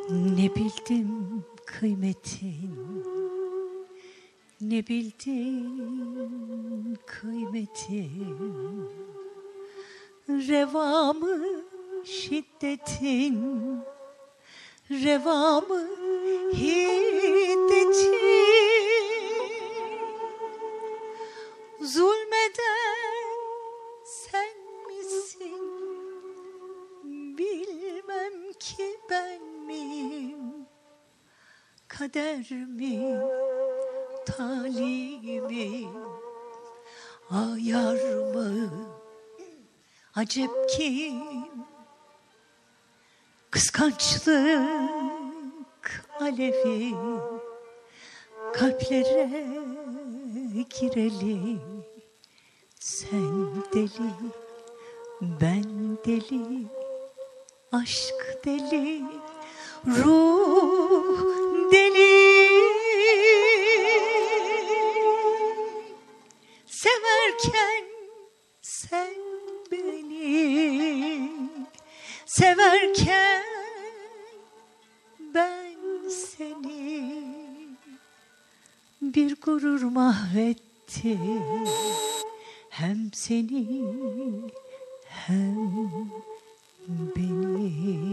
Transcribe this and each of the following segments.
Ne bildim kıymetin, ne bildim kıymetin, reva mı şiddetin, reva mı hiddetin, zulmeden sen misin, bilmem ki ben miyim, kader mi, talimi, ayar mı, acep kim, kıskançlık alevi, kalplere gireli, sen deli, ben deli, aşk deli, ruh deli. Severken sen beni, severken ben seni, bir gurur mahvetti hem seni hem beni.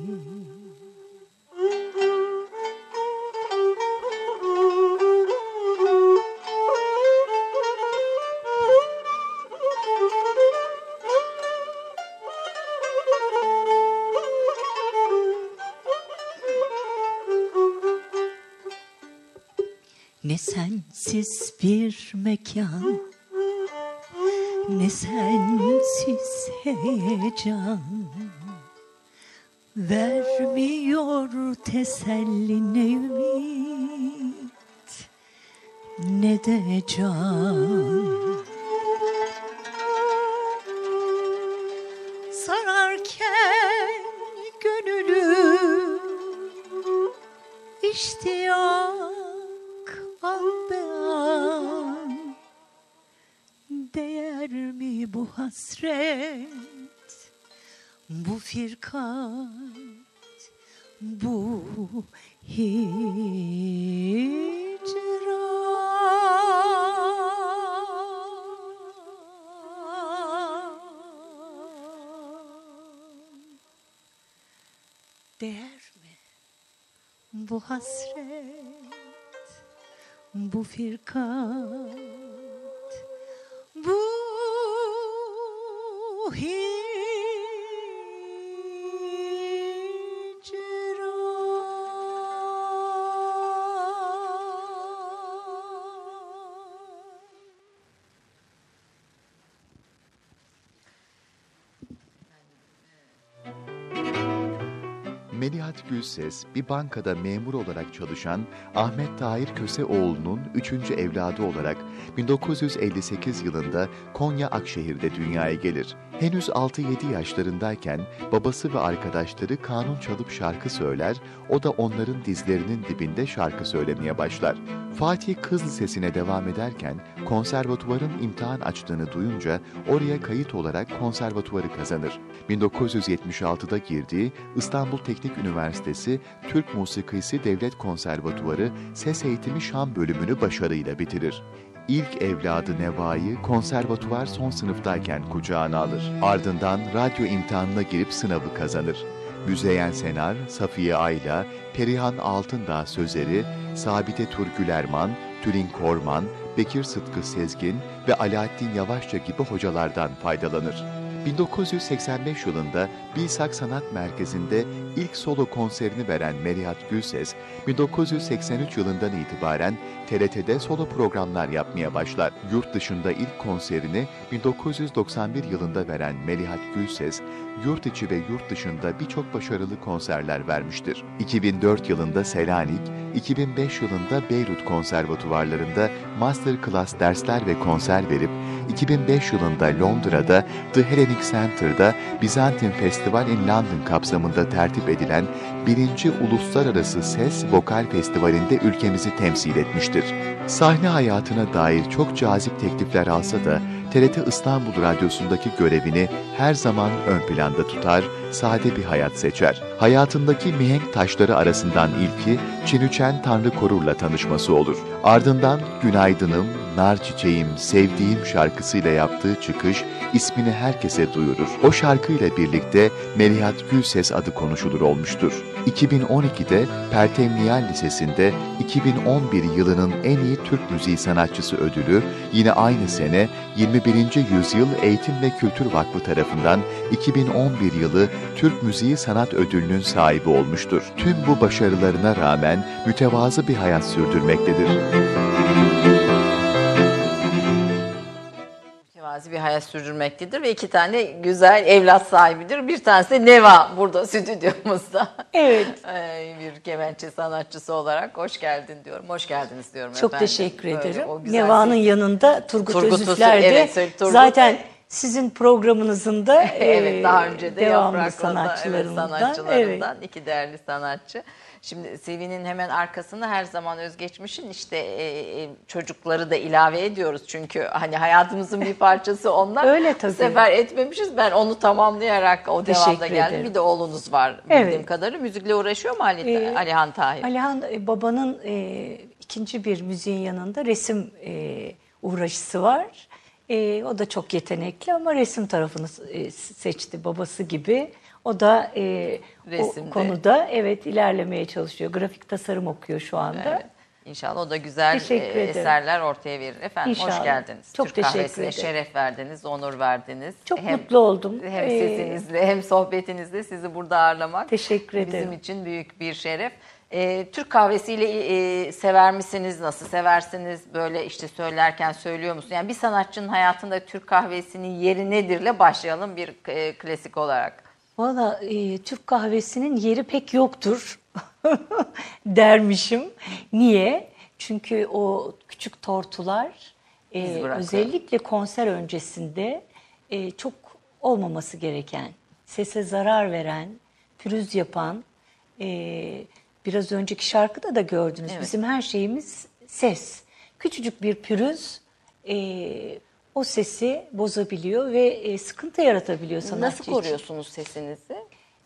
Ne sensiz bir mekan, ne sensiz heyecan, vermiyor teselli ne ümit ne de can. Sararken gönlü iştiyak an be an, değer mi bu hasret, bu firkat, bu hicran? Değer mi bu hasret, bu firkat, bu hicran? Melihat Gülses, bir bankada memur olarak çalışan Ahmet Tahir Köseoğlu'nun 3. evladı olarak 1958 yılında Konya Akşehir'de dünyaya gelir. Henüz 6-7 yaşlarındayken babası ve arkadaşları kanun çalıp şarkı söyler, o da onların dizlerinin dibinde şarkı söylemeye başlar. Fatih Kız Lisesi'ne devam ederken konservatuvarın imtihan açtığını duyunca oraya kayıt olarak konservatuvarı kazanır. 1976'da girdiği İstanbul Teknik Üniversitesi Türk Musikisi Devlet Konservatuvarı Ses Eğitimi Şan bölümünü başarıyla bitirir. İlk evladı Neva'yı konservatuvar son sınıftayken kucağına alır. Ardından radyo imtihanına girip sınavı kazanır. Müzeyyen Senar, Safiye Ayla, Perihan Altındağ Sözeri, Sabite Turgül Erman, Tülin Korman, Bekir Sıtkı Sezgin ve Alaaddin Yavaşça gibi hocalardan faydalanır. 1985 yılında Bilsak Sanat Merkezi'nde ilk solo konserini veren Melihat Gülses, 1983 yılından itibaren TRT'de solo programlar yapmaya başlar. Yurt dışında ilk konserini 1991 yılında veren Melihat Gülses, yurt içi ve yurt dışında birçok başarılı konserler vermiştir. 2004 yılında Selanik, 2005 yılında Beyrut konservatuvarlarında masterclass dersler ve konser verip, 2005 yılında Londra'da The Hellenic Center'da Byzantine Festival in London kapsamında tertip edilen 1. Uluslararası Ses Vokal Festivali'nde ülkemizi temsil etmiştir. Sahne hayatına dair çok cazip teklifler alsa da TRT İstanbul Radyosu'ndaki görevini her zaman ön planda tutar, sade bir hayat seçer. Hayatındaki mihenk taşları arasından ilki Çinüçen Tanrı Korur'la tanışması olur. Ardından Günaydınım, Nar Çiçeğim, Sevdiğim şarkısıyla yaptığı çıkış ismini herkese duyurur. O şarkıyla birlikte Melihat Gülses adı konuşulur olmuştur. 2012'de Pertemniyal Lisesi'nde 2011 yılının en iyi Türk müziği sanatçısı ödülü, yine aynı sene 21. Yüzyıl Eğitim ve Kültür Vakfı tarafından 2011 yılı Türk Müziği Sanat Ödülü'nün sahibi olmuştur. Tüm bu başarılarına rağmen mütevazı bir hayat sürdürmektedir. Bir hayat sürdürmektedir ve 2 tane güzel evlat sahibidir. Bir tanesi de Neva burada stüdyomuzda. Evet. Bir kemençe sanatçısı olarak hoş geldin diyorum. Hoş geldiniz diyorum Çok efendim. teşekkür Böyle ederim. güzel Neva'nın ses. yanında Turgut Özüfler de evet, zaten sizin programınızın da evet, daha önce de devamlı Yapraklı'da, sanatçılarından Evet. 2 değerli sanatçı. Şimdi CV'nin hemen arkasında her zaman özgeçmişin işte çocukları da ilave ediyoruz. Çünkü hani hayatımızın bir parçası onlar. Öyle tabii. Bu sefer etmemişiz. Ben onu tamamlayarak o devamda Teşekkür geldim. ederim. Bir de oğlunuz var bildiğim Evet. kadarıyla. Müzikle uğraşıyor mu Alihan Tahir? Alihan babanın ikinci bir müziğin yanında resim uğraşısı var. O da çok yetenekli ama resim tarafını seçti babası gibi. O da o konuda ilerlemeye çalışıyor. Grafik tasarım okuyor şu anda. Evet. İnşallah o da güzel eserler ortaya verir. Efendim İnşallah. Hoş geldiniz. Çok Türk teşekkür kahvesine ederim. şeref verdiniz, onur verdiniz. Çok mutlu oldum. Hem sesinizle hem sohbetinizle sizi burada ağırlamak teşekkür ederim. Bizim için büyük bir şeref. Türk kahvesiyle sever misiniz? Nasıl seversiniz? Böyle işte söylerken söylüyor musun? Yani bir sanatçının hayatında Türk kahvesinin yeri nedirle başlayalım bir klasik olarak. Valla Türk kahvesinin yeri pek yoktur dermişim. Niye? Çünkü o küçük tortular özellikle konser öncesinde çok olmaması gereken, sese zarar veren, pürüz yapan, biraz önceki şarkıda da gördünüz. Evet. Bizim her şeyimiz ses. Küçücük bir pürüz o sesi bozabiliyor ve sıkıntı yaratabiliyor sanatçı için. Nasıl koruyorsunuz sesinizi?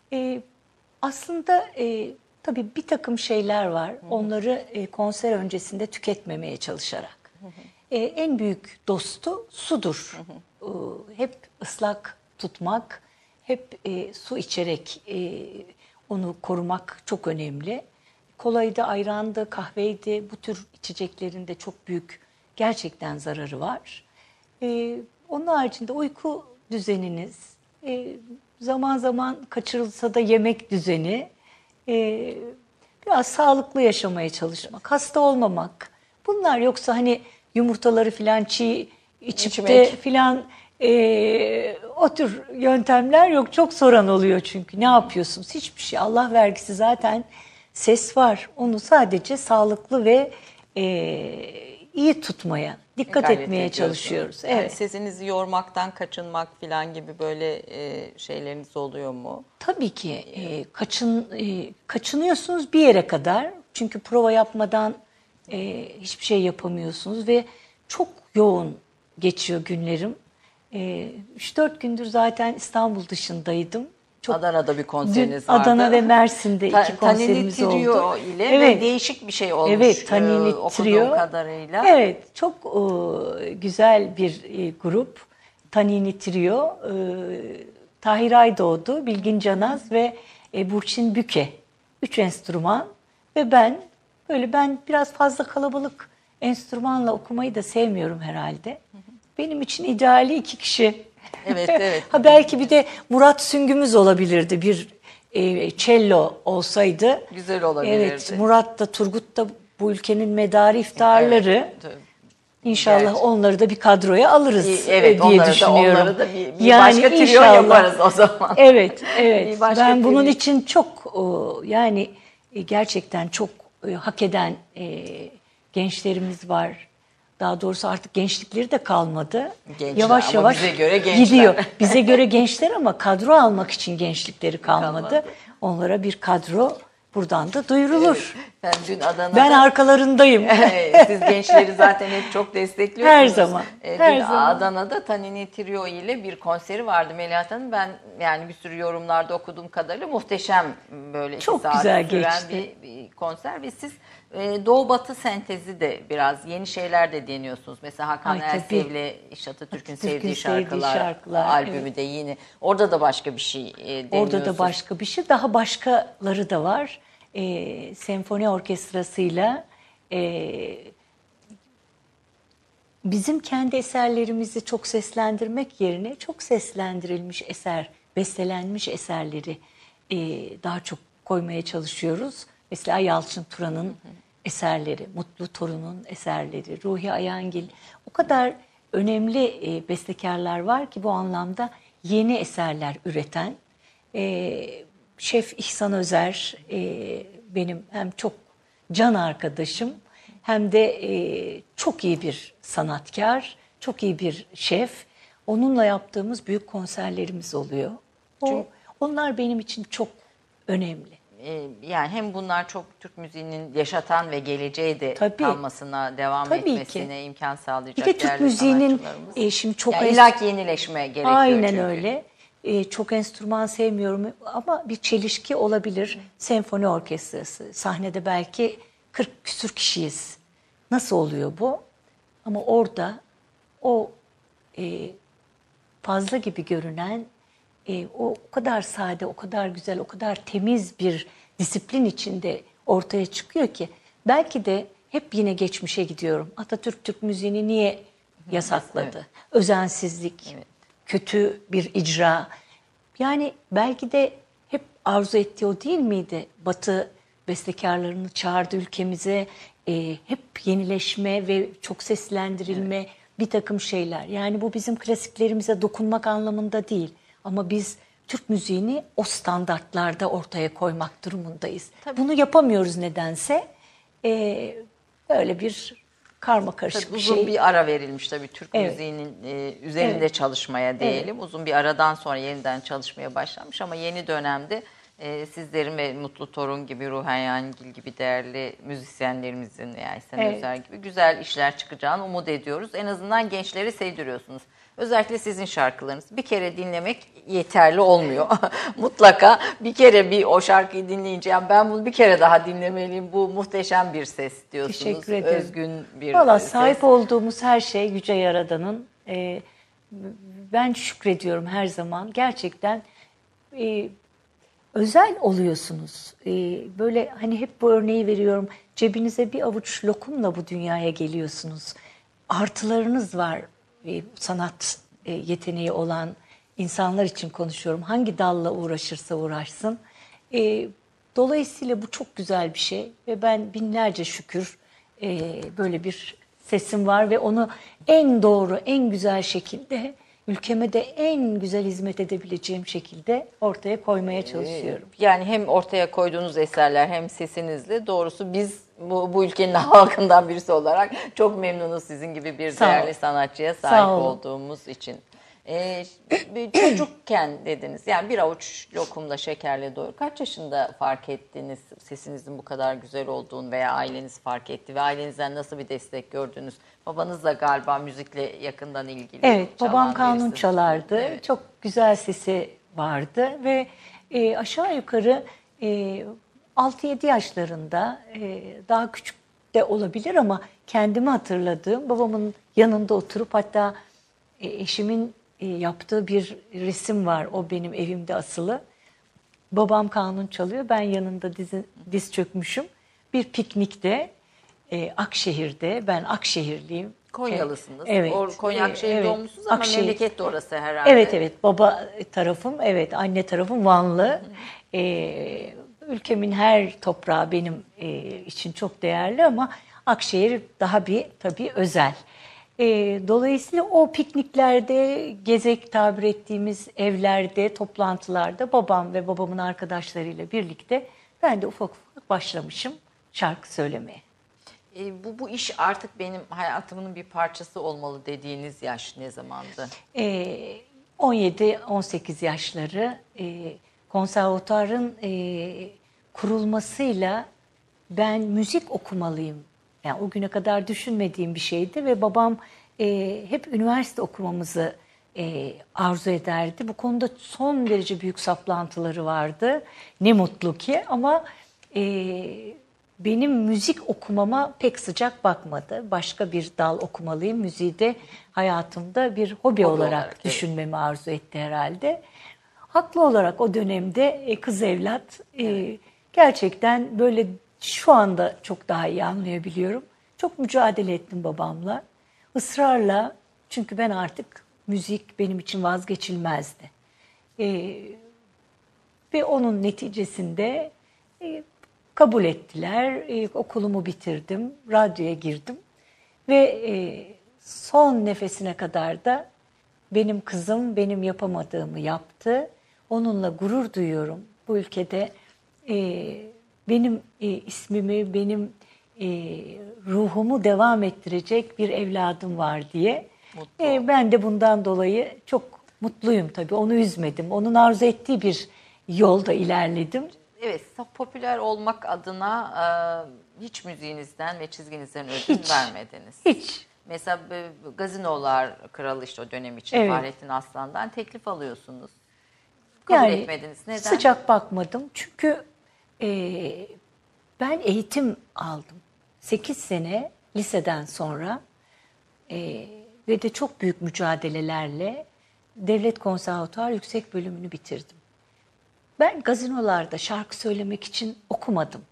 Aslında tabii bir takım şeyler var. Onları konser öncesinde tüketmemeye çalışarak. En büyük dostu sudur. Hep ıslak tutmak, hep su içerek onu korumak çok önemli. Kolaydı, ayrandı, kahveydi, bu tür içeceklerin de çok büyük gerçekten zararı var. Onun haricinde uyku düzeniniz, zaman zaman kaçırılsa da yemek düzeni, biraz sağlıklı yaşamaya çalışmak, hasta olmamak. Bunlar yoksa hani yumurtaları filan çiğ içip de filan o tür yöntemler yok. Çok soran oluyor çünkü. Ne yapıyorsunuz? Hiçbir şey. Allah vergisi zaten ses var. Onu sadece sağlıklı ve iyi tutmaya, dikkat etmeye çalışıyoruz. Evet. Yani sesinizi yormaktan kaçınmak falan gibi böyle şeyleriniz oluyor mu? Tabii ki kaçınıyorsunuz bir yere kadar. Çünkü prova yapmadan hiçbir şey yapamıyorsunuz ve çok yoğun geçiyor günlerim. 3-4 gündür zaten İstanbul dışındaydım. Çok, Adana'da bir konseriniz vardı. Adana ve Mersin'de 2 konserimiz oldu. Tanini Trio ile ve değişik bir şey olmuş. Evet, Tanini okuduğum kadarıyla. Evet, çok güzel bir grup. Tanini Trio. Tahir Aydoğdu, Bilgin Canaz ve Burçin Büke. 3 enstrüman ve ben biraz fazla kalabalık enstrümanla okumayı da sevmiyorum herhalde. Benim için ideali 2 kişi. Evet. Ha belki bir de Murat Süngümüz olabilirdi. Bir cello olsaydı. Güzel olabilirdi. Evet, Murat da Turgut da bu ülkenin medarı iftarları. Evet. İnşallah onları da bir kadroya alırız diye düşünüyorum. Onları da bir başka trio yaparız o zaman. Evet. Ben bunun için çok gerçekten çok hak eden gençlerimiz var. Daha doğrusu artık gençlikleri de kalmadı. Gençler, yavaş yavaş bize göre gençler. gidiyor. Bize göre gençler ama kadro almak için gençlikleri kalmadı. Onlara bir kadro buradan da duyurulur. Ben dün Adana'da... Ben arkalarındayım. Siz gençleri zaten hep çok destekliyorsunuz. Her zaman. Dün Adana'da Tanini Trio ile bir konseri vardı Melahat Hanım. Ben yani bir sürü yorumlarda okuduğum kadarıyla muhteşem, böyle çok 2 saat güzel süren geçti. bir konser ve siz Doğu Batı sentezi de biraz yeni şeyler de deniyorsunuz. Mesela Hakan Ay, tabii. Ersev'le Atatürk'ün sevdiği sevdiği şarkılar albümü evet. de yeni. Orada da başka bir şey deniyorsunuz. Orada da başka bir şey. Daha başkaları da var. Senfoni orkestrasıyla bizim kendi eserlerimizi çok seslendirmek yerine çok seslendirilmiş eser, bestelenmiş eserleri daha çok koymaya çalışıyoruz. Mesela Yalçın Turan'ın eserleri, Mutlu Torun'un eserleri, Ruhi Ayangil, o kadar önemli bestekarlar var ki bu anlamda yeni eserler üreten. Şef İhsan Özer benim hem çok can arkadaşım hem de çok iyi bir sanatkar, çok iyi bir şef. Onunla yaptığımız büyük konserlerimiz oluyor. Onlar benim için çok önemli. Yani hem bunlar çok Türk müziğinin yaşatan ve geleceğe de Tabii. kalmasına, devam Tabii etmesine ki. imkan sağlayacak Bir de Türk değerli müziğinin sanatçılarımız. şimdi çok Yani illaki yenileşme gerekiyor Aynen çünkü. öyle. Çok enstrüman sevmiyorum ama bir çelişki olabilir. Senfoni orkestrası. Sahnede belki 40 küsür kişiyiz. Nasıl oluyor bu? Ama orada o fazla gibi görünen o kadar sade, o kadar güzel, o kadar temiz bir disiplin içinde ortaya çıkıyor ki belki de hep yine geçmişe gidiyorum. Atatürk Türk müziğini niye yasakladı? Evet. Özensizlik, kötü bir icra. Yani belki de hep arzu ettiği o değil miydi? Batı bestekarlarını çağırdı ülkemize. Hep yenileşme ve çok seslendirilme, bir takım şeyler. Yani bu bizim klasiklerimize dokunmak anlamında değil. Ama biz Türk müziğini o standartlarda ortaya koymak durumundayız. Tabii. Bunu yapamıyoruz nedense. Böyle bir karmakarışık Tabii bir uzun şey. bir ara verilmiş tabii Türk Evet. müziğinin üzerinde çalışmaya diyelim. Uzun bir aradan sonra yeniden çalışmaya başlanmış ama yeni dönemde sizlerin ve Mutlu Torun gibi, Ruhen Yangil gibi değerli müzisyenlerimizin, yani Sen Evet. Özer gibi güzel işler çıkacağını umut ediyoruz. En azından gençleri sevdiriyorsunuz. Özellikle sizin şarkılarınız. Bir kere dinlemek yeterli olmuyor. Mutlaka bir kere o şarkıyı dinleyince yani ben bunu bir kere daha dinlemeliyim. Bu muhteşem bir ses diyorsunuz. Teşekkür ederim. Özgün bir Valla ses. sahip olduğumuz her şey Yüce Yaradan'ın. Ben şükrediyorum her zaman. Gerçekten özel oluyorsunuz. Böyle hani hep bu örneği veriyorum. Cebinize bir avuç lokumla bu dünyaya geliyorsunuz. Artılarınız var. Sanat yeteneği olan insanlar için konuşuyorum. Hangi dalla uğraşırsa uğraşsın. Dolayısıyla bu çok güzel bir şey ve ben binlerce şükür böyle bir sesim var ve onu en doğru, en güzel şekilde ülkeme de en güzel hizmet edebileceğim şekilde ortaya koymaya çalışıyorum. Yani hem ortaya koyduğunuz eserler hem sesinizle, doğrusu biz bu ülkenin halkından birisi olarak çok memnunuz sizin gibi bir Sağ değerli olun. sanatçıya Sağ sahip olun. olduğumuz için. Çocukken dediniz, yani bir avuç lokumla şekerle doyur. Kaç yaşında fark ettiniz sesinizin bu kadar güzel olduğunu veya aileniz fark etti ve ailenizden nasıl bir destek gördünüz? Babanız da galiba müzikle yakından ilgili. Evet, babam çalan kanun birisi. çalardı. Evet. Çok güzel sesi vardı ve aşağı yukarı 6-7 yaşlarında, daha küçük de olabilir ama kendimi hatırladığım, babamın yanında oturup hatta eşimin yaptığı bir resim var. O benim evimde asılı. Babam kanun çalıyor, ben yanında diz çökmüşüm. Bir piknikte Akşehir'de, ben Akşehirliyim. Konyalısınız. Evet. Konya Akşehir'de Evet. olmuşsunuz ama Akşehir. memleket de orası herhalde. Evet evet, baba tarafım, evet, anne tarafım Vanlı. Ülkemin her toprağı benim için çok değerli ama Akşehir daha bir tabii özel. Dolayısıyla o pikniklerde, gezek tabir ettiğimiz evlerde, toplantılarda babam ve babamın arkadaşlarıyla birlikte ben de ufak ufak başlamışım şarkı söylemeye. Bu iş artık benim hayatımın bir parçası olmalı dediğiniz yaş ne zamandı? 17-18 yaşları, konservatuarın kurulmasıyla ben müzik okumalıyım. Yani o güne kadar düşünmediğim bir şeydi ve babam hep üniversite okumamızı arzu ederdi. Bu konuda son derece büyük saplantıları vardı. Ne mutlu ki, ama benim müzik okumama pek sıcak bakmadı. Başka bir dal okumalıyım. Müziği de hayatımda bir hobi olarak evet. düşünmemi arzu etti herhalde. Haklı olarak o dönemde kız evlat gerçekten böyle, şu anda çok daha iyi anlayabiliyorum. Çok mücadele ettim babamla. Israrla, çünkü ben artık müzik benim için vazgeçilmezdi. Ve onun neticesinde kabul ettiler. Okulumu bitirdim, radyoya girdim. Ve son nefesine kadar da benim kızım benim yapamadığımı yaptı. Onunla gurur duyuyorum. Bu ülkede benim ismimi, benim ruhumu devam ettirecek bir evladım var diye. Ben de bundan dolayı çok mutluyum tabii. Onu üzmedim. Onun arzu ettiği bir yolda ilerledim. Evet, popüler olmak adına hiç müziğinizden ve çizginizden ödün vermediniz. Hiç. Mesela Gazinolar Kralı işte o dönem için Fahrettin Aslan'dan teklif alıyorsunuz. Kabul etmediniz. Neden? Sıcak bakmadım. Çünkü ben eğitim aldım. 8 sene liseden sonra ve de çok büyük mücadelelerle Devlet Konservatuar Yüksek Bölümünü bitirdim. Ben gazinolarda şarkı söylemek için okumadım.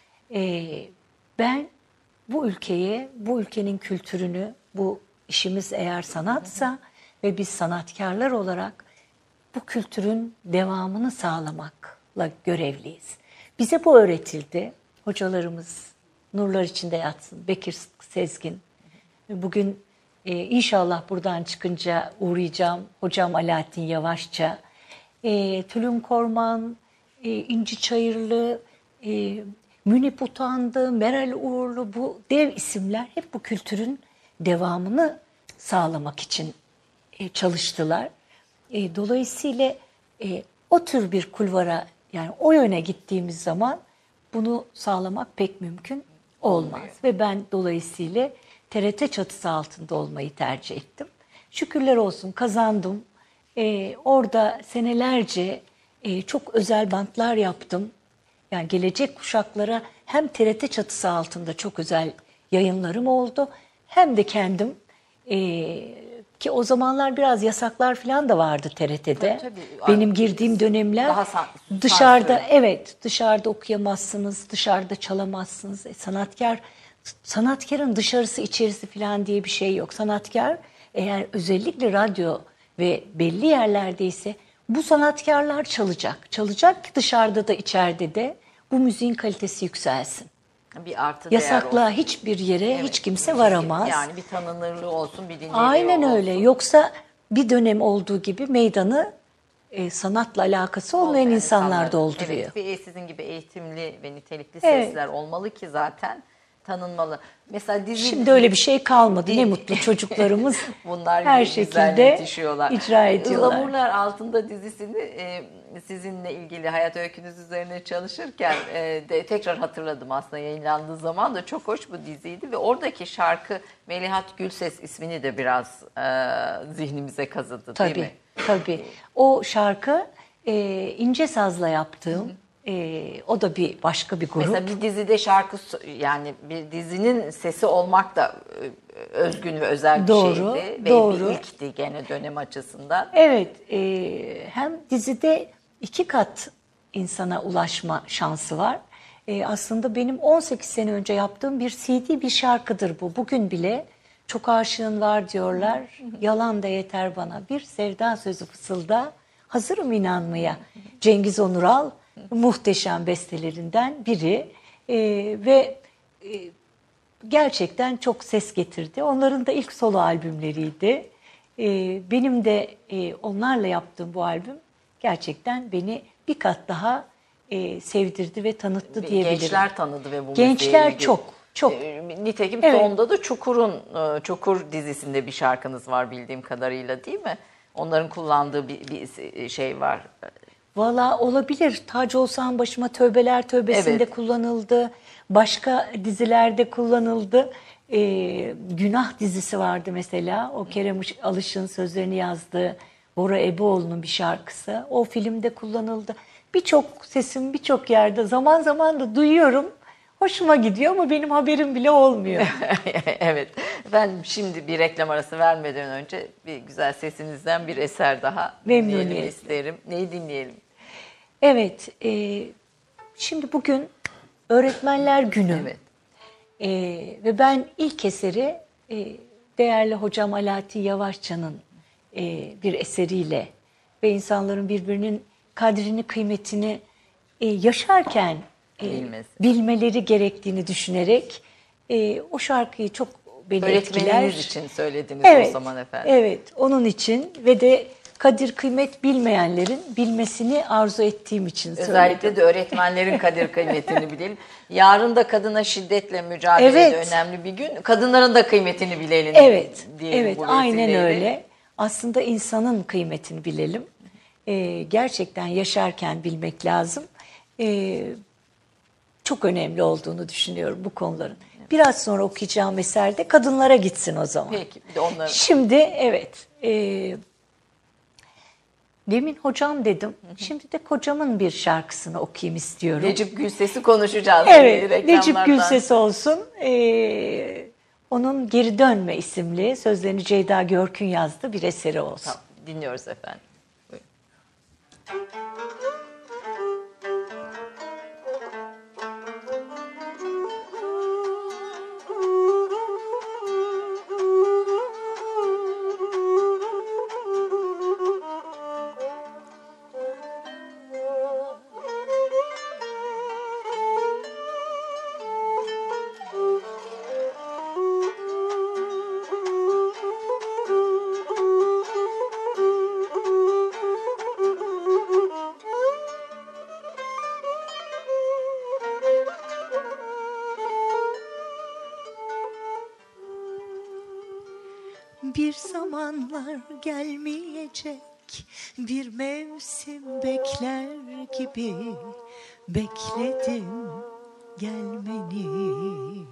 Ben bu ülkeye, bu ülkenin kültürünü, bu işimiz eğer sanatsa ve biz sanatkarlar olarak bu kültürün devamını sağlamakla görevliyiz. Bize bu öğretildi. Hocalarımız nurlar içinde yatsın. Bekir Sezgin. Bugün inşallah buradan çıkınca uğrayacağım. Hocam Alaaddin Yavaşça. Tülin Korman, İnci Çayırlı, Münip Utandı, Meral Uğurlu, bu dev isimler hep bu kültürün devamını sağlamak için çalıştılar. Dolayısıyla o tür bir kulvara, yani o yöne gittiğimiz zaman bunu sağlamak pek mümkün olmaz. Ve ben dolayısıyla TRT çatısı altında olmayı tercih ettim. Şükürler olsun kazandım. Orada senelerce çok özel bantlar yaptım. Yani gelecek kuşaklara hem TRT çatısı altında çok özel yayınlarım oldu, hem de kendim ki o zamanlar biraz yasaklar falan da vardı TRT'de. Tabii. Benim girdiğim dönemler Daha dışarıda, sansür. evet, dışarıda okuyamazsınız, dışarıda çalamazsınız. Sanatkarın dışarısı içerisi falan diye bir şey yok. Sanatkar eğer özellikle radyo ve belli yerlerdeyse bu sanatkarlar çalacak. Çalacak ki dışarıda da içeride de bu müziğin kalitesi yükselsin. Bir artı değer Yasakla olsun. hiçbir yere Evet. hiç kimse varamaz. Yani bir tanınırlığı olsun, bir dinleyiciği Aynen olsun. öyle. Yoksa bir dönem olduğu gibi meydanı sanatla alakası olmayan insanlar dolduruyor. Evet, ve sizin gibi eğitimli ve nitelikli Evet. sesler olmalı ki zaten tanınmalı. Mesela dizi... Şimdi öyle bir şey kalmadı. Ne mutlu çocuklarımız Bunlar her güzel şekilde yetişiyorlar. icra ediyorlar. Ihlamurlar Altında dizisini sizinle ilgili hayat öykünüz üzerine çalışırken de tekrar hatırladım, aslında yayınlandığı zaman da çok hoş bu diziydi ve oradaki şarkı Melihat Gülses ismini de biraz zihnimize kazıdı, değil mi? Tabii. O şarkı İnce Saz'la yaptığım, o da bir başka bir grup. Mesela bir dizide şarkı, yani bir dizinin sesi olmak da özgün ve özel bir Doğru, şeydi. Ve doğru. bir ilkti gene dönem açısından. Evet, hem dizide 2 kat insana ulaşma şansı var. Aslında benim 18 sene önce yaptığım bir CD, bir şarkıdır bu. Bugün bile çok aşığın var diyorlar, yalan da yeter bana. Bir sevda sözü fısılda, hazırım inanmaya. Cengiz Onural muhteşem bestelerinden biri ve gerçekten çok ses getirdi. Onların da ilk solo albümleriydi. Benim de onlarla yaptığım bu albüm gerçekten beni bir kat daha sevdirdi ve tanıttı diyebilirim. Gençler tanıdı ve bu Gençler mesleğe ilgili. çok. Nitekim Evet. sonunda da Çukur dizisinde bir şarkınız var bildiğim kadarıyla, değil mi? Onların kullandığı bir şey var. Valla olabilir. Tac olsan başıma tövbeler tövbesinde Evet. kullanıldı. Başka dizilerde kullanıldı. Günah dizisi vardı mesela. O Kerem Alış'ın sözlerini yazdığı Bora Eboğlu'nun bir şarkısı. O filmde kullanıldı. Birçok sesim birçok yerde zaman zaman da duyuyorum. Hoşuma gidiyor ama benim haberim bile olmuyor. Evet. Ben şimdi bir reklam arası vermeden önce bir güzel sesinizden bir eser daha dinleyelim Memnuniyetle. isterim. Neyi dinleyelim? Evet, şimdi bugün Öğretmenler Günü. Evet. Ve ben ilk eseri değerli hocam Alaaddin Yavaşça'nın bir eseriyle ve insanların birbirinin kadrini, kıymetini yaşarken bilmeleri gerektiğini düşünerek o şarkıyı çok beni etkiler. Öğretmeniniz için söylediniz Evet, o zaman efendim. evet, onun için ve de kadir kıymet bilmeyenlerin bilmesini arzu ettiğim için söyledim. Özellikle de öğretmenlerin kadir kıymetini bilelim. Yarın da kadına şiddetle mücadelede Evet. önemli bir gün. Kadınların da kıymetini bilelim. Evet, diyelim evet, bu aynen vesileyle. öyle. Aslında insanın kıymetini bilelim. Gerçekten yaşarken bilmek lazım. Çok önemli olduğunu düşünüyorum bu konuların. Biraz sonra okuyacağım eserde kadınlara gitsin o zaman. Peki, bir de onları... Şimdi evet, demin hocam dedim. Şimdi de kocamın bir şarkısını okuyayım istiyorum. Necip Gülses'i konuşacağız. Evet, Necip reklamlardan. Gülses olsun. Onun Geri Dönme isimli, sözlerini Ceyda Görkün yazdı, bir eseri olsun. Tamam, dinliyoruz efendim. Buyurun. Bir zamanlar gelmeyecek bir mevsim bekler gibi bekledim gelmeni.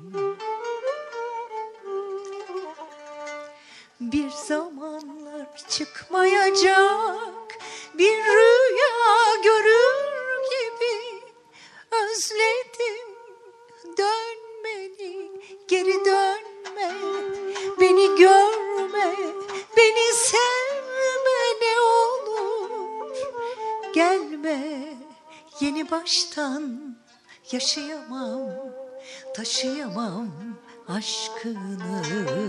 Bir zamanlar çıkmayacak bir rüya görür gibi özledim dönmeni, geri dönme, beni görme, beni sevme ne olur. Gelme, yeni baştan yaşayamam, taşıyamam aşkını.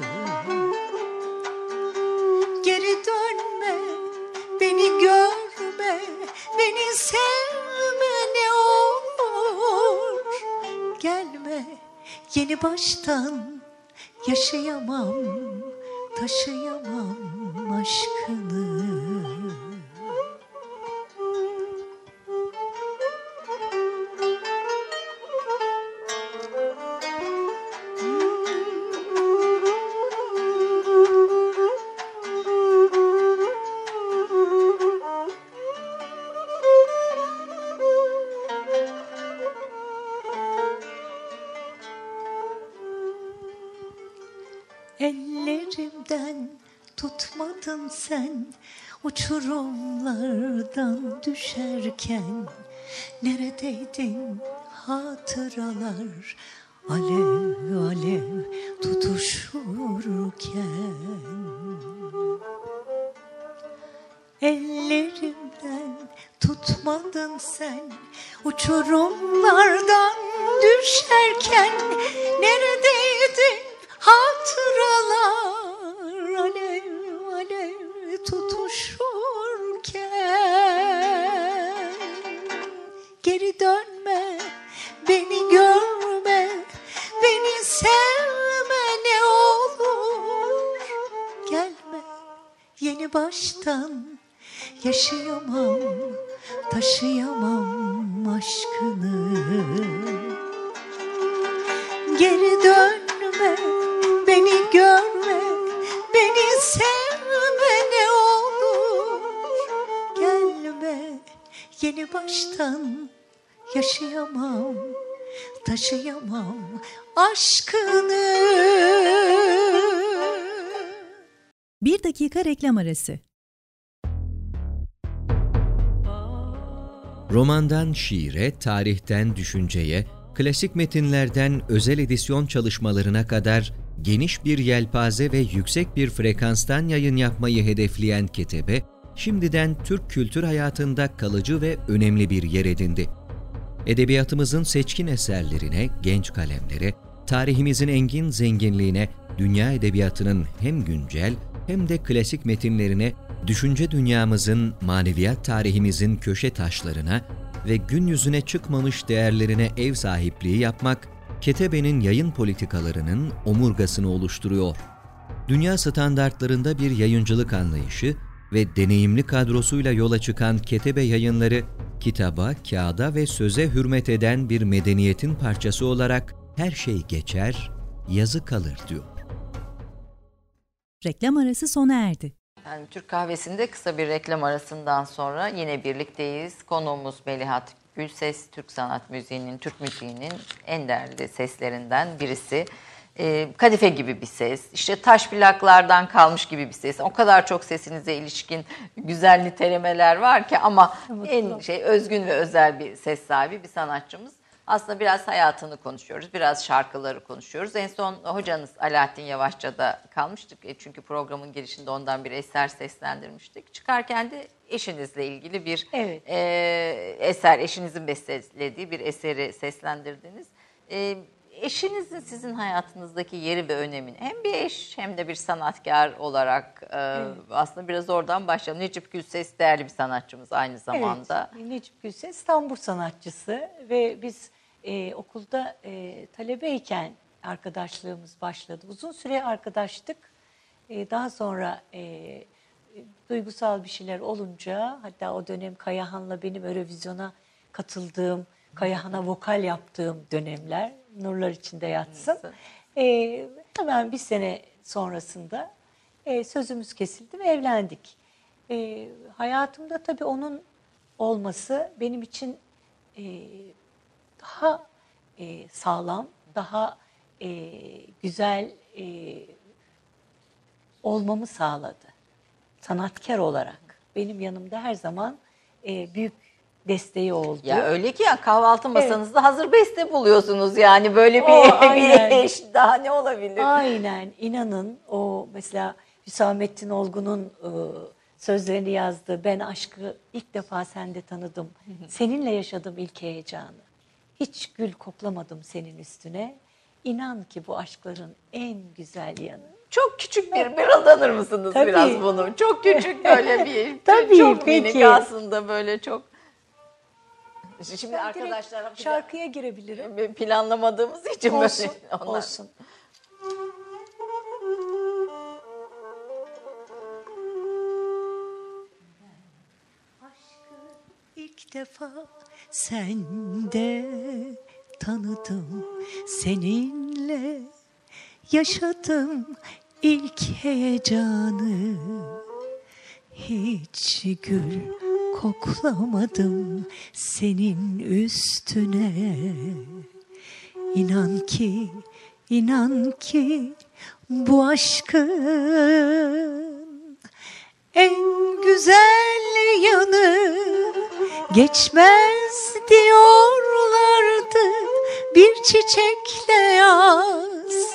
Geri dönme, beni görme, beni sevme ne olur. Gelme, yeni baştan yaşayamam, taşıyamam aşkını. Ellerimden tutmadın sen, uçurumlardan düşerken. Neredeydin hatıralar alev alev tutuşurken. Ellerimden tutmadın sen, uçurumlardan düşerken. Neredeydin hatıralar alev alev tutuşurken. Geri dönme, beni görme, beni sevme ne olur. Gelme, yeni baştan yaşayamam, taşıyamam aşkını. Geri dönme, beni görme, beni sevme ne olur. Gelme, yeni baştan yaşayamam, taşıyamam aşkını. Bir dakika reklam arası. Romandan şiire, tarihten düşünceye, klasik metinlerden özel edisyon çalışmalarına kadar geniş bir yelpaze ve yüksek bir frekanstan yayın yapmayı hedefleyen Ketebe, şimdiden Türk kültür hayatında kalıcı ve önemli bir yer edindi. Edebiyatımızın seçkin eserlerine, genç kalemlere, tarihimizin engin zenginliğine, dünya edebiyatının hem güncel hem de klasik metinlerine, düşünce dünyamızın, maneviyat tarihimizin köşe taşlarına ve gün yüzüne çıkmamış değerlerine ev sahipliği yapmak, Ketebe'nin yayın politikalarının omurgasını oluşturuyor. Dünya standartlarında bir yayıncılık anlayışı ve deneyimli kadrosuyla yola çıkan Ketebe Yayınları, kitaba, kağıda ve söze hürmet eden bir medeniyetin parçası olarak her şey geçer, yazı kalır diyor. Reklam arası sona erdi. Yani Türk Kahvesi'nde kısa bir reklam arasından sonra yine birlikteyiz. Konuğumuz Melihat Gülses, Türk sanat müziğinin, Türk müziğinin en değerli seslerinden birisi. Kadife gibi bir ses, işte taş plaklardan kalmış gibi bir ses. O kadar çok sesinize ilişkin güzel nitelemeler var ki ama en özgün ve özel bir ses sahibi bir sanatçımız. Aslında biraz hayatını konuşuyoruz, biraz şarkıları konuşuyoruz. En son hocanız Alaaddin Yavaşça'da kalmıştık. Çünkü programın girişinde ondan bir eser seslendirmiştik. Çıkarken de eşinizle ilgili bir eser, eşinizin bestelediği bir eseri seslendirdiniz. Eşinizin sizin hayatınızdaki yeri ve önemini hem bir eş hem de bir sanatkar olarak aslında biraz oradan başlayalım. Necip Gülses değerli bir sanatçımız aynı zamanda. Evet, Necip Gülses tambur sanatçısı ve biz okulda talebeyken arkadaşlığımız başladı. Uzun süre arkadaştık. Daha sonra duygusal bir şeyler olunca, hatta o dönem Kayahan'la benim Eurovizyon'a katıldığım, Kayahan'a vokal yaptığım dönemler, nurlar içinde yatsın. Hemen bir sene sonrasında sözümüz kesildi ve evlendik. Hayatımda tabii onun olması benim için daha sağlam, daha güzel olmamı sağladı. Sanatkar olarak benim yanımda her zaman büyük desteği oldu. Ya öyle ki ya kahvaltı masanızda hazır beste buluyorsunuz yani böyle aynen. bir eş daha ne olabilir? Aynen, inanın o mesela Hüsamettin Olgun'un sözlerini yazdı. Ben aşkı ilk defa sende tanıdım. Seninle yaşadım ilk heyecanı. Hiç gül koklamadım senin üstüne. İnan ki bu aşkların en güzel yanı. Çok küçük bir mırıldanır mısınız Tabii. biraz bunu? Çok küçük böyle bir Tabii, çok peki. minik aslında böyle çok. Şimdi Ben arkadaşlar direkt şarkıya girebilirim. planlamadığımız için Olsun, böyle onlar. olsun. Aşkı ilk defa sende tanıdım, seninle yaşadım ilk heyecanı. Hiç gül koklamadım senin üstüne. İnan ki bu aşkın en güzel yanı geçmez diyorlardı bir çiçekle yaz.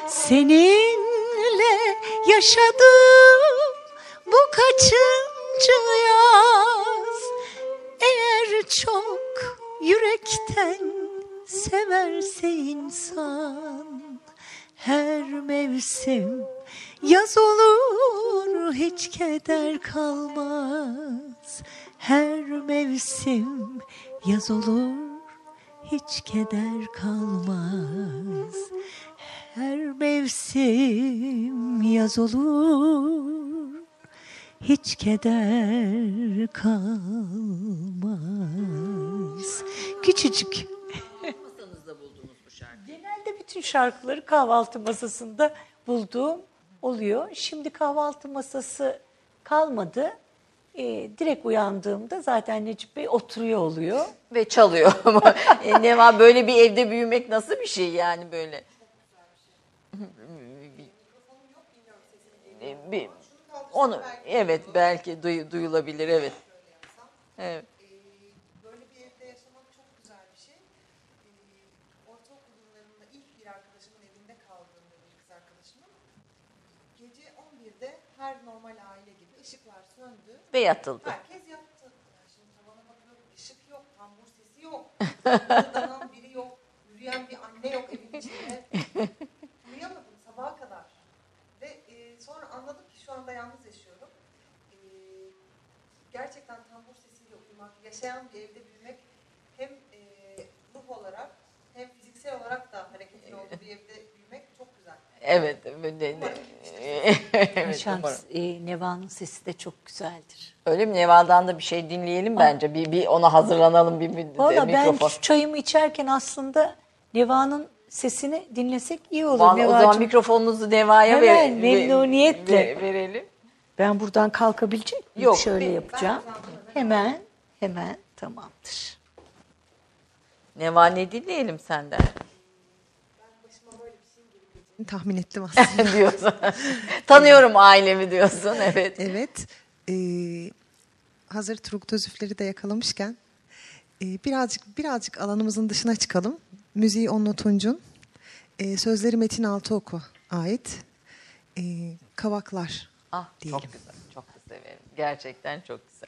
Seninle yaşadım bu kaçıncı yaz. Eğer çok yürekten severse insan, her mevsim yaz olur, hiç keder kalmaz. Her mevsim yaz olur, hiç keder kalmaz. Her mevsim yaz olur, hiç keder kalmaz. Küçücük. Masanızda buldunuz bu şarkıyı. Genelde bütün şarkıları kahvaltı masasında bulduğum oluyor. Şimdi kahvaltı masası kalmadı. Direkt uyandığımda zaten Necip Bey oturuyor oluyor. Ve çalıyor. Neva, böyle bir evde büyümek nasıl bir şey yani böyle? Onu evet, belki duyulabilir, evet. Evet. Böyle bir evde yaşamak çok güzel bir şey. Ortaokul yıllarında ilk bir arkadaşımın evinde kaldığımda, bir kız arkadaşımın, gece 11'de her normal aile gibi ışıklar söndü. Ve yatıldı. Herkes yattı. Yani şimdi tavana bakıyorum, ışık yok, tambur sesi yok, kırdanan biri yok, yürüyen bir anne yok evin içinde. Uyuyamadım sabaha kadar. Ve sonra anladım ki şu anda yalnız yaşıyorum. Gerçekten tambur sesiyle uyumak, yaşayan bir evde büyümek hem ruh olarak hem fiziksel olarak da hareketli olduğu bir evde büyümek çok güzel. Evet. Evet, Şans, umarım. Neva'nın sesi de çok güzeldir. Öyle mi? Neva'dan da bir şey dinleyelim bence. Bir ona hazırlanalım, bir Valla ben mikrofon. şu çayımı içerken aslında Neva'nın sesini dinlesek iyi olur. O zaman Neva'cığım, mikrofonunuzu Neva'ya Hemen, memnuniyetle. verelim. ben buradan kalkabilecek miyim? Yok, Şöyle bir- yapacağım. Hemen tamamdır. Neva, ne dinleyelim senden? Tahmin ettim aslında. diyorsun. Tanıyorum ailemi diyorsun, evet. Evet. Hazır fruktozifleri de yakalamışken birazcık alanımızın dışına çıkalım. Müziği Onno Tunç'un, sözleri Metin Altıok'a ait Kavaklar diyelim. Çok güzel, çok da severim. Gerçekten çok güzel.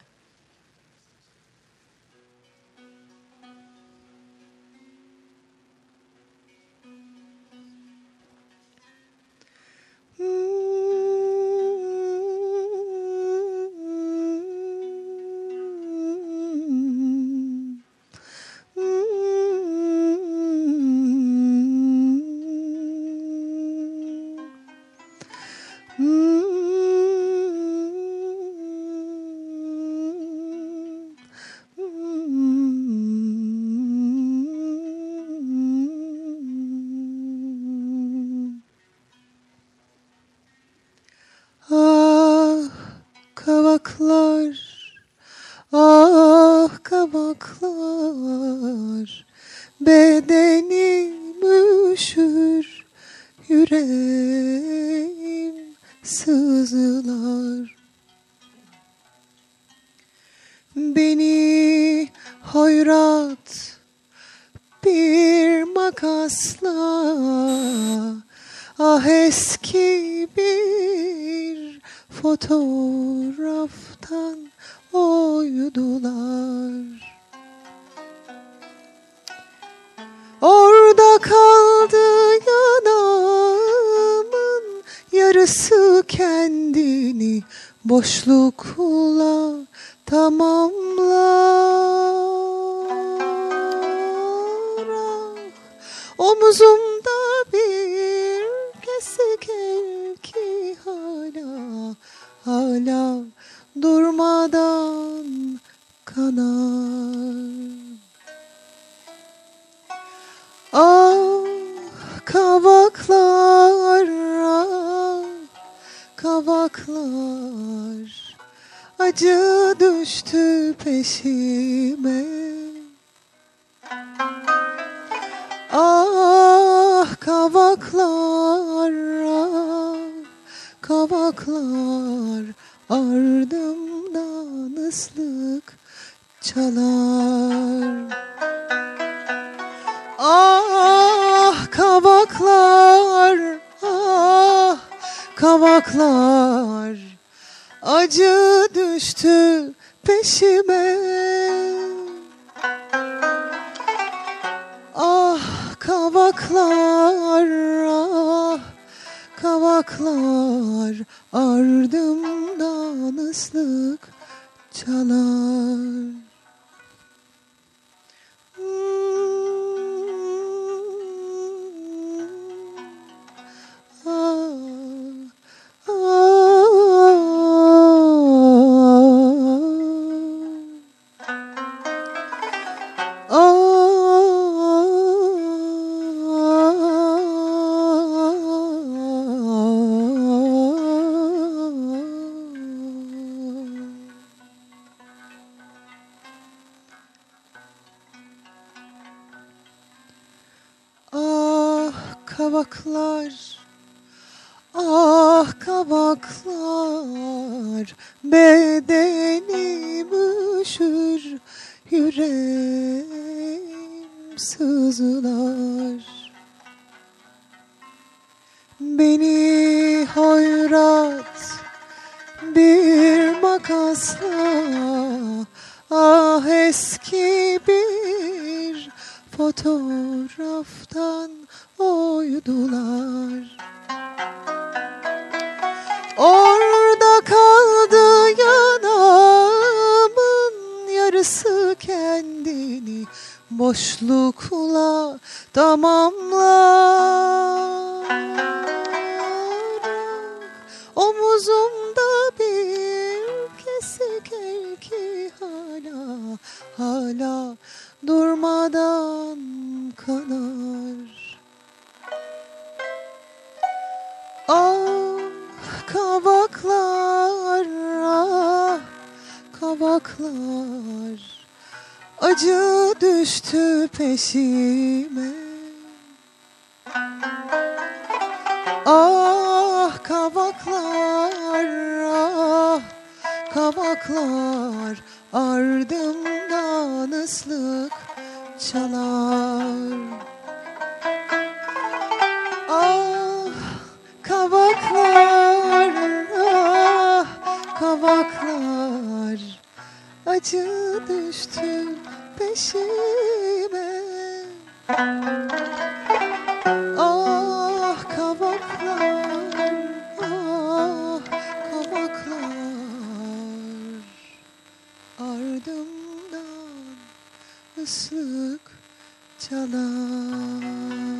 Ah kavaklar, ah kavaklar, bedenim üşür, yüreğim sızlar. Beni hoyrat bir makasla, ah eski bir fotoğraftan oydular. Orada kaldı yanağımın yarısı, kendini boşlukla tamamlar. Ah, omuzumda bir kesik el ki hala durmadan kanar. Ah kavaklar, ah kavaklar, acı düştü peşime. Ah kavaklar, ah kavaklar, ardımdan ıslık çalar. Ah kavaklar, ah kavaklar, acı düştü peşime. Ah kavaklar, ah kavaklar, ardımdan ıslık çalar. kavaklar, ah kavaklar, bedenim üşür, yüreğim sızlar. Beni hoyrat bir makasla, ah eski bir fotoğraftan oydular. Orada kaldı yanağımın yarısı, kendini boşlukla tamamlar. Omuzumda bir kesik ki hala durmadan kanar. Ah kavaklar, ah kavaklar, acı düştü peşime. Ah kavaklar, ah kavaklar, ardımdan ıslık çalar. Ah kavaklar, ah kavaklar, acı düştü peşime. Ah kavaklar, ah kavaklar, ardımdan ıslık çalar.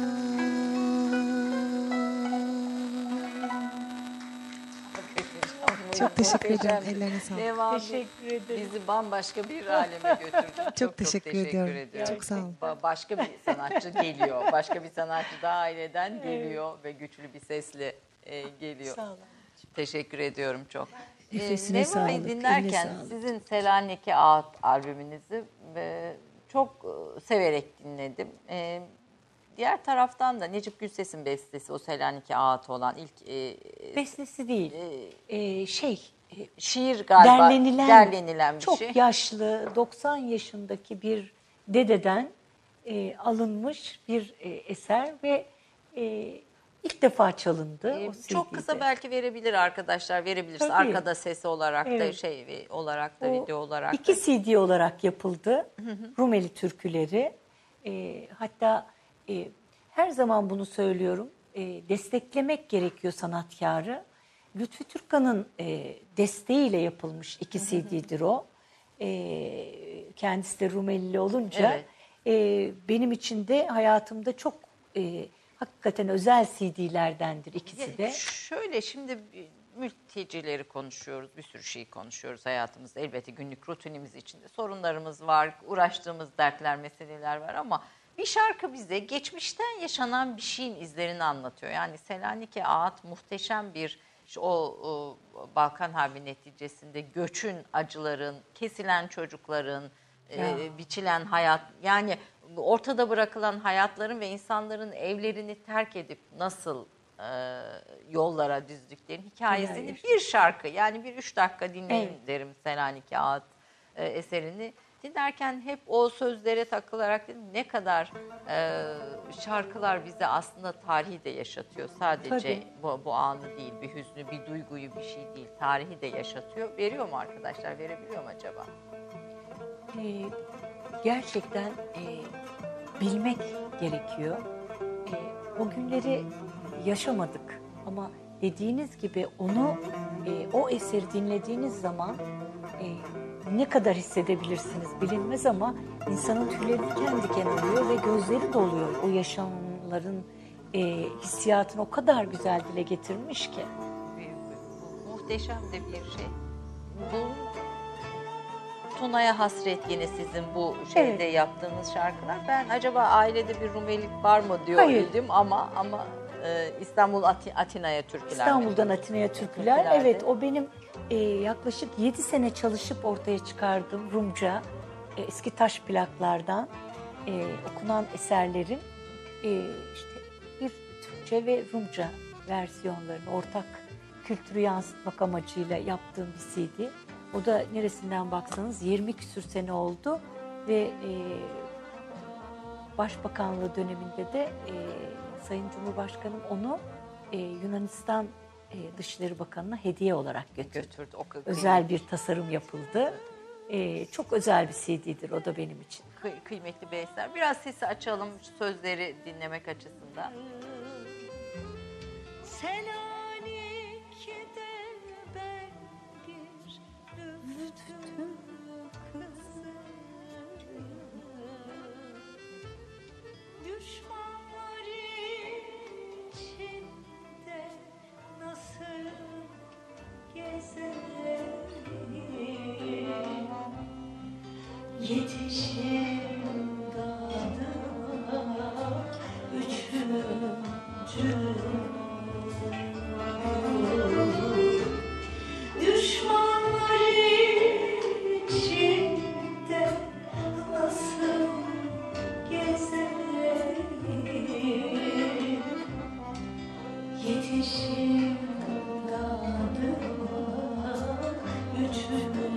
Çok teşekkür ederim. Ellerine sağlık. Devam Teşekkür ederim. bizi bambaşka bir aleme götürdün. Çok teşekkür ediyorum. ediyorum. Çok sağ olun. Başka bir sanatçı geliyor. Başka bir sanatçı da aileden geliyor ve güçlü bir sesle geliyor. Sağ olun. Teşekkür ediyorum çok. Nefesine Neva'yı sağlık, dinlerken eline sağlık. sizin Selanik Ağıt albümünüzü çok severek dinledim. Diğer taraftan da Necip Gülses'in bestesi, o Selanik Ağıt olan ilk Bestesi değil. şiir galiba derlenilen bir çok şey. yaşlı 90 yaşındaki bir dededen alınmış bir eser ve ilk defa çalındı. O Çok CD'de. kısa belki verebiliriz. Tabii. Arkada sesi olarak Evet. da olarak da O video olarak da. 2 CD olarak yapıldı. Rumeli türküleri. Hatta her zaman bunu söylüyorum. Desteklemek gerekiyor sanatkarı. Lütfü Türkkan'ın desteğiyle yapılmış 2 CD'dir o. Kendisi de Rumelili olunca benim için de hayatımda çok hakikaten özel CD'lerdendir ikisi de. Şöyle şimdi mültecileri konuşuyoruz, bir sürü şeyi konuşuyoruz hayatımızda. Elbette günlük rutinimiz içinde sorunlarımız var, uğraştığımız dertler, meseleler var ama bir şarkı bize geçmişten yaşanan bir şeyin izlerini anlatıyor. Yani Selanik Ağıt muhteşem bir o Balkan Harbi neticesinde göçün, acıların, kesilen çocukların, biçilen hayat, yani ortada bırakılan hayatların ve insanların evlerini terk edip nasıl yollara düzdüklerin hikayesini bir şarkı, yani bir 3 dakika dinleyin derim Selanik Ağıt eserini. Dinlerken hep o sözlere takılarak dedim ne kadar şarkılar bize aslında tarihi de yaşatıyor. Sadece bu anı değil, bir hüznü, bir duyguyu, bir şey değil. Tarihi de yaşatıyor. Veriyor mu arkadaşlar? Verebiliyor mu acaba? Gerçekten bilmek gerekiyor. O günleri yaşamadık ama dediğiniz gibi onu o eseri dinlediğiniz zaman ne kadar hissedebilirsiniz bilinmez ama insanın tüyleri diken diken oluyor ve gözleri doluyor. O yaşamların hissiyatını o kadar güzel dile getirmiş ki. Muhteşem de bir şey. Bu Tuna'ya hasret yine sizin bu şeyde yaptığınız şarkılar. Ben acaba ailede bir Rumelik var mı diyor idim ama İstanbul Atina'ya türküler. İstanbul'dan Atina'ya türküler. Evet, o benim yaklaşık 7 sene çalışıp ortaya çıkardığım Rumca eski taş plaklardan okunan eserlerin işte bir Türkçe ve Rumca versiyonlarını ortak kültürü yansıtmak amacıyla yaptığım bir CD. O da neresinden baksanız 20 küsür sene oldu ve Başbakanlığı döneminde de Sayın Cumhurbaşkanım onu Yunanistan Dışişleri Bakanı'na hediye olarak götürdü. O kadar Özel bir tasarım yapıldı. Çok özel bir CD'dir o da benim için. kıymetli bir eser. Biraz sesi açalım sözleri dinlemek açısından. Selanik'te ben bir müftü kızı, düşmanlar içinde nasıl gezerim, yetişim dağına üçüncü. Düşmanlar içinde nasıl gezerim, yetişim dağına üçüncü.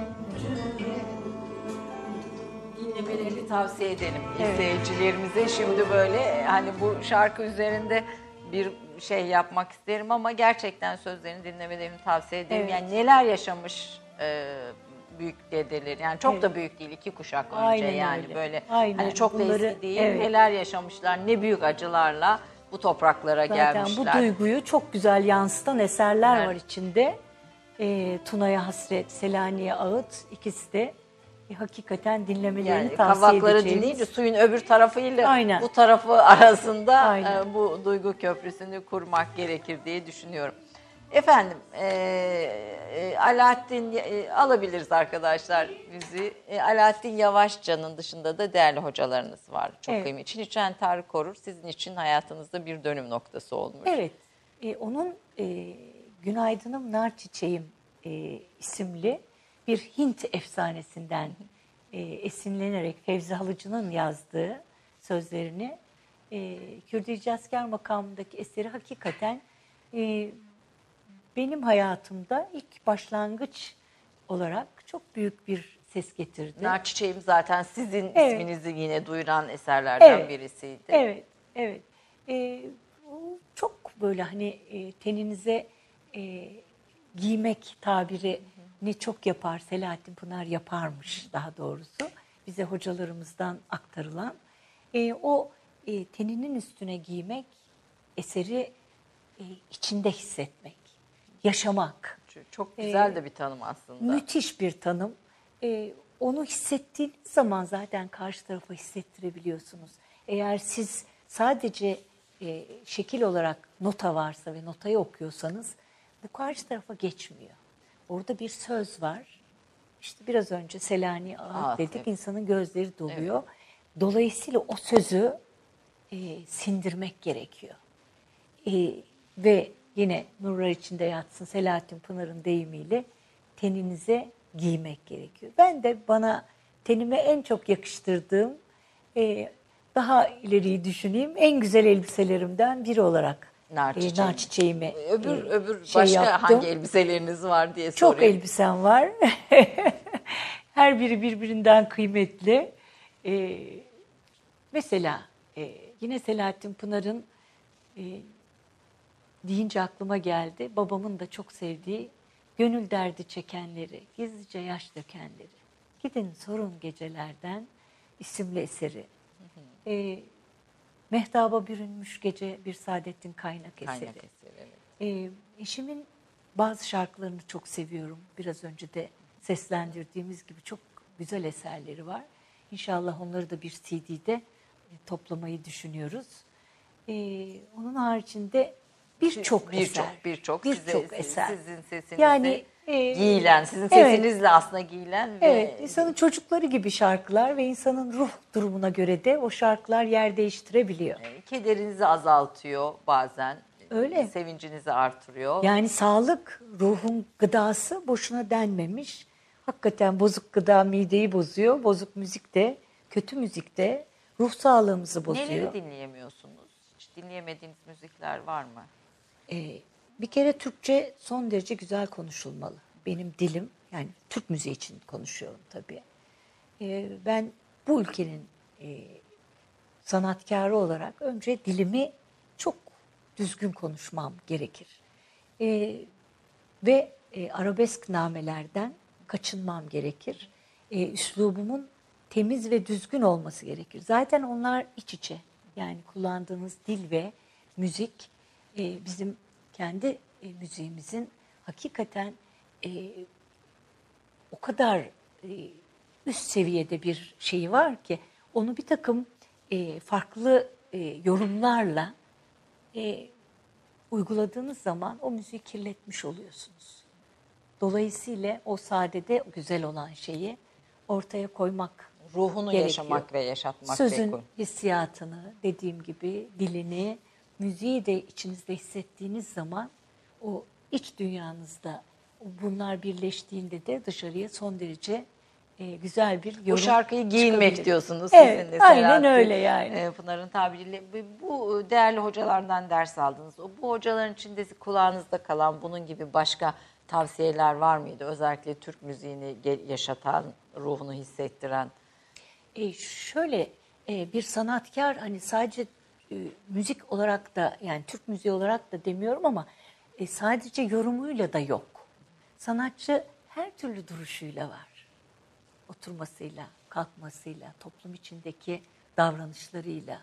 Dinlemelerini tavsiye edelim izleyicilerimize. Şimdi böyle hani bu şarkı üzerinde bir şey yapmak isterim ama gerçekten sözlerini dinlemelerini tavsiye ederim. Evet. Yani neler yaşamış büyük dedeler, yani çok da büyük değil, 2 kuşak önce, Aynen yani öyle. böyle Aynen. hani çok da Bunları, eski değil, evet. neler yaşamışlar, ne büyük acılarla bu topraklara Zaten gelmişler. bu duyguyu çok güzel yansıtan eserler Evet. var içinde. Tuna'ya Hasret, Selanik'e Ağıt, ikisi de hakikaten dinlemelerini Yani tavsiye kavakları edeceğimiz. dinleyince suyun öbür tarafıyla Aynen. bu tarafı arasında Aynen. bu duygu köprüsünü kurmak gerekir diye düşünüyorum. Efendim Alaaddin alabiliriz arkadaşlar bizi. Alaaddin Yavaşça'nın dışında da değerli hocalarınız var. Çok Evet. kıymetli. Çiniçen Tarık Korur sizin için hayatınızda bir dönüm noktası olmuş. Evet, onun Günaydınım Nar Çiçeğim isimli bir Hint efsanesinden esinlenerek Fevzi Halıcı'nın yazdığı sözlerini Kürdi Cazker makamındaki eseri hakikaten benim hayatımda ilk başlangıç olarak çok büyük bir ses getirdi. Nar Çiçeğim zaten sizin Evet. isminizi yine duyuran eserlerden Evet. birisiydi. Evet, evet. O çok böyle hani teninize giymek tabirini çok yapar. Selahattin Pınar yaparmış daha doğrusu. Bize hocalarımızdan aktarılan. O teninin üstüne giymek, eseri içinde hissetmek, yaşamak. Çok güzel de bir tanım aslında. Müthiş bir tanım. Onu hissettiğiniz zaman zaten karşı tarafa hissettirebiliyorsunuz. Eğer siz sadece şekil olarak nota varsa ve notayı okuyorsanız bu karşı tarafa geçmiyor. Orada bir söz var. İşte biraz önce Selanik'e Ağıt dedik. Evet. İnsanın gözleri doluyor. Dolayısıyla o sözü sindirmek gerekiyor. Ve yine nurlar içinde yatsın Selahattin Pınar'ın deyimiyle teninize giymek gerekiyor. Ben de bana tenime en çok yakıştırdığım, daha ileriyi düşüneyim, en güzel elbiselerimden biri olarak nar çiçeğimi Öbür başka yaptım. hangi elbiseleriniz var diye Çok sorayım. elbisem var. Her biri birbirinden kıymetli. Mesela yine Selahattin Pınar'ın deyince aklıma geldi. Babamın da çok sevdiği gönül derdi çekenleri, gizlice yaş dökenleri. Gidin sorun gecelerden isimli eseri. Mehtaba bürünmüş gece bir Saadettin Kaynak eseri. Kaynak eseri, evet. Eşimin bazı şarkılarını çok seviyorum. Biraz önce de seslendirdiğimiz gibi çok güzel eserleri var. İnşallah onları da bir CD'de toplamayı düşünüyoruz. Onun haricinde birçok eser. Birçok eser. Sizin sesinizle Yani, giyilen, sizin evet. sesinizle aslında giyilen Evet, ve insanın çocukları gibi şarkılar ve insanın ruh durumuna göre de o şarkılar yer değiştirebiliyor. kederinizi azaltıyor bazen. Öyle. Sevincinizi artırıyor. Yani sağlık ruhun gıdası boşuna denmemiş. Hakikaten bozuk gıda mideyi bozuyor. Bozuk müzik de, kötü müzik de ruh sağlığımızı bozuyor. Neleri dinleyemiyorsunuz? hiç dinleyemediğiniz müzikler var mı? Bir kere Türkçe son derece güzel konuşulmalı. Benim dilim, yani Türk müziği için konuşuyorum tabii. Ben bu ülkenin sanatkarı olarak önce dilimi çok düzgün konuşmam gerekir. Ve arabesk namelerden kaçınmam gerekir. Üslubumun temiz ve düzgün olması gerekir. Zaten onlar iç içe. Yani kullandığımız dil ve müzik bizim kendi müziğimizin hakikaten o kadar üst seviyede bir şeyi var ki onu bir takım farklı yorumlarla uyguladığınız zaman o müziği kirletmiş oluyorsunuz. Dolayısıyla o sadede güzel olan şeyi ortaya koymak Ruhunu gerekiyor. yaşamak ve yaşatmak. Sözün hissiyatını, dediğim gibi dilini, müziği de içinizde hissettiğiniz zaman o iç dünyanızda bunlar birleştiğinde de dışarıya son derece güzel bir yorum Bu şarkıyı giyinmek çıkabilir. diyorsunuz Evet, sizin de aynen Selahattin, öyle yani. Pınar'ın tabiriyle. Bu değerli hocalardan ders aldınız. Bu hocaların içinde kulağınızda kalan bunun gibi başka tavsiyeler var mıydı? Özellikle Türk müziğini yaşatan, ruhunu hissettiren. Şöyle bir sanatkar hani sadece müzik olarak da yani Türk müziği olarak da demiyorum ama sadece yorumuyla da yok. Sanatçı her türlü duruşuyla var. Oturmasıyla, kalkmasıyla, toplum içindeki davranışlarıyla.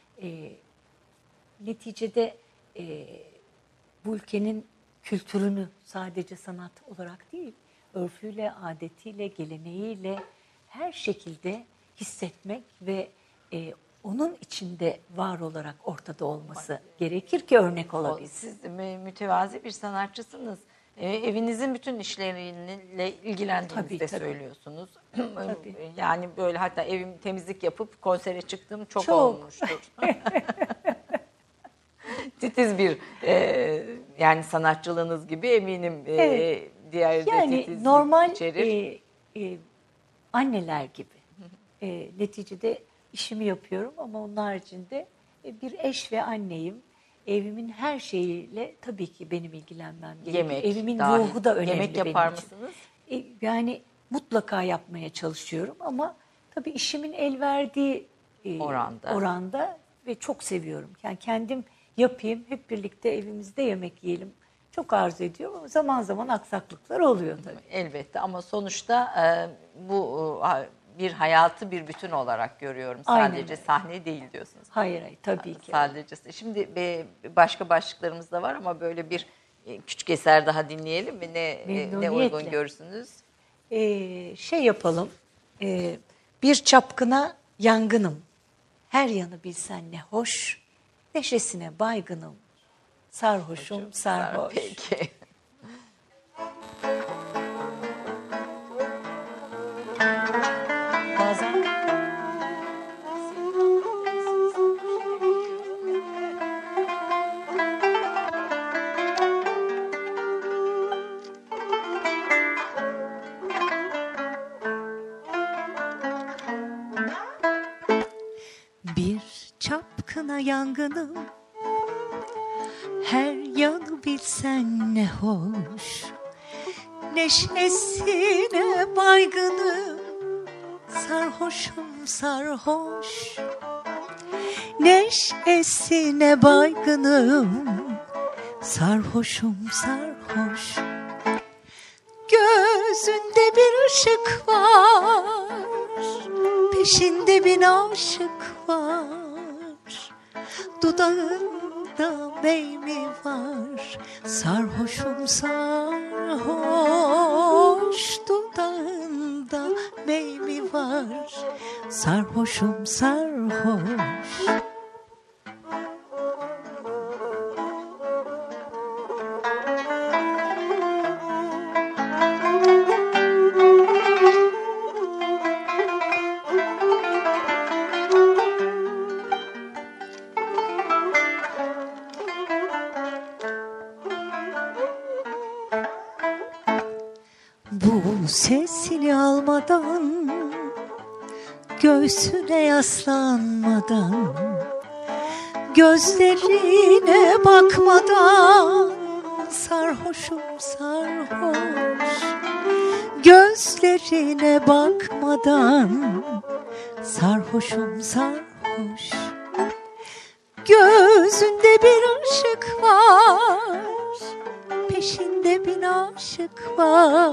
Neticede bu ülkenin kültürünü sadece sanat olarak değil, örfüyle, adetiyle, geleneğiyle her şekilde hissetmek ve onun içinde var olarak ortada olması gerekir ki örnek olabilsin. Siz mütevazi bir sanatçısınız. Evinizin bütün işleriyle ilgilendiğinizi de söylüyorsunuz. Tabii. Yani böyle hatta evim temizlik yapıp konsere çıktığım çok Çok. olmuştur. Titiz bir yani sanatçılığınız gibi eminim Evet. diğer de Yani titizlik normal içerir. anneler gibi. Neticede işimi yapıyorum ama onun haricinde bir eş ve anneyim. Evimin her şeyiyle tabii ki benim ilgilenmem gerekiyor. Yemek Evimin dahil. ruhu da önemli Yemek benim yapar için. mısınız? Yani mutlaka yapmaya çalışıyorum ama tabii işimin el verdiği oranda ve çok seviyorum. Yani kendim yapayım, hep birlikte evimizde yemek yiyelim. Çok arzu ediyorum ama zaman zaman aksaklıklar oluyor tabii. Elbette ama sonuçta bu bir hayatı bir bütün olarak görüyorum. Aynen Sadece öyle. sahne değil diyorsunuz. Hayır tabii ki. Sadece. Şimdi başka başlıklarımız da var ama böyle bir küçük eser daha dinleyelim mi? Ne Memnuniyetle. uygun görürsünüz? Şey yapalım. Bir çapkına yangınım. Her yanı bilsen ne hoş. Neşesine baygınım. Sarhoşum sarhoş. Peki. Bazen bir çapkına yangınım. Her yanı bilsen ne hoş. Neşesine baygınım. Sarhoşum sarhoş. Neşesine baygınım. Sarhoşum sarhoş. Gözünde bir ışık var. Peşinde bin aşık var. Dudağında bey mi var? Sarhoşum sarhoş. Dudağında bey mi var? Sarhoşum sarhoş. Bu sesini almadan, göğsüne yaslanmadan, Gözlerine bakmadan sarhoşum sarhoş. Gözlerine bakmadan sarhoşum sarhoş. Gözünde bir ışık var, peşinde bin aşık var.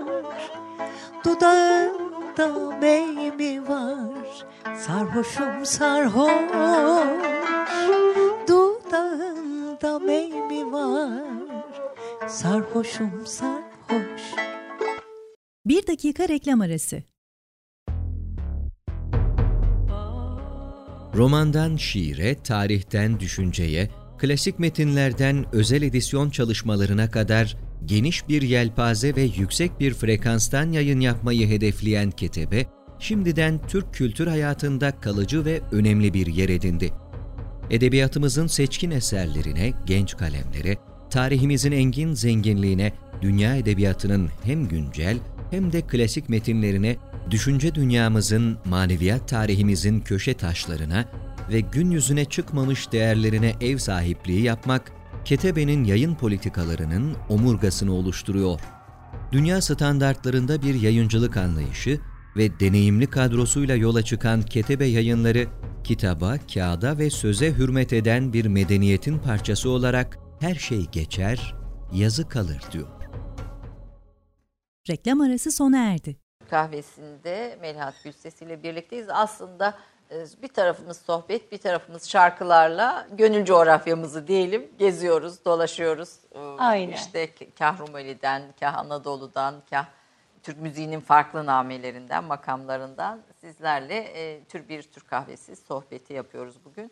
Dudağında meymi var, sarhoşum sarhoş. Dudağında meymi var, sarhoşum sarhoş. Bir dakika reklam arası. Romandan şiire, tarihten düşünceye, klasik metinlerden özel edisyon çalışmalarına kadar geniş bir yelpaze ve yüksek bir frekanstan yayın yapmayı hedefleyen Ketebe, şimdiden Türk kültür hayatında kalıcı ve önemli bir yer edindi. Edebiyatımızın seçkin eserlerine, genç kalemlere, tarihimizin engin zenginliğine, dünya edebiyatının hem güncel hem de klasik metinlerine, düşünce dünyamızın, maneviyat tarihimizin köşe taşlarına ve gün yüzüne çıkmamış değerlerine ev sahipliği yapmak, Ketebe'nin yayın politikalarının omurgasını oluşturuyor. Dünya standartlarında bir yayıncılık anlayışı ve deneyimli kadrosuyla yola çıkan Ketebe Yayınları, kitaba, kağıda ve söze hürmet eden bir medeniyetin parçası olarak her şey geçer, yazı kalır diyor. Reklam arası sona erdi. Kahvesinde Melahat Gülses ile birlikteyiz. Aslında bir tarafımız sohbet, bir tarafımız şarkılarla gönül coğrafyamızı diyelim geziyoruz, dolaşıyoruz. Aynen. İşte kah Rumeli'den, kah Anadolu'dan, kah Türk müziğinin farklı namelerinden, makamlarından sizlerle bir Türk kahvesi sohbeti yapıyoruz bugün.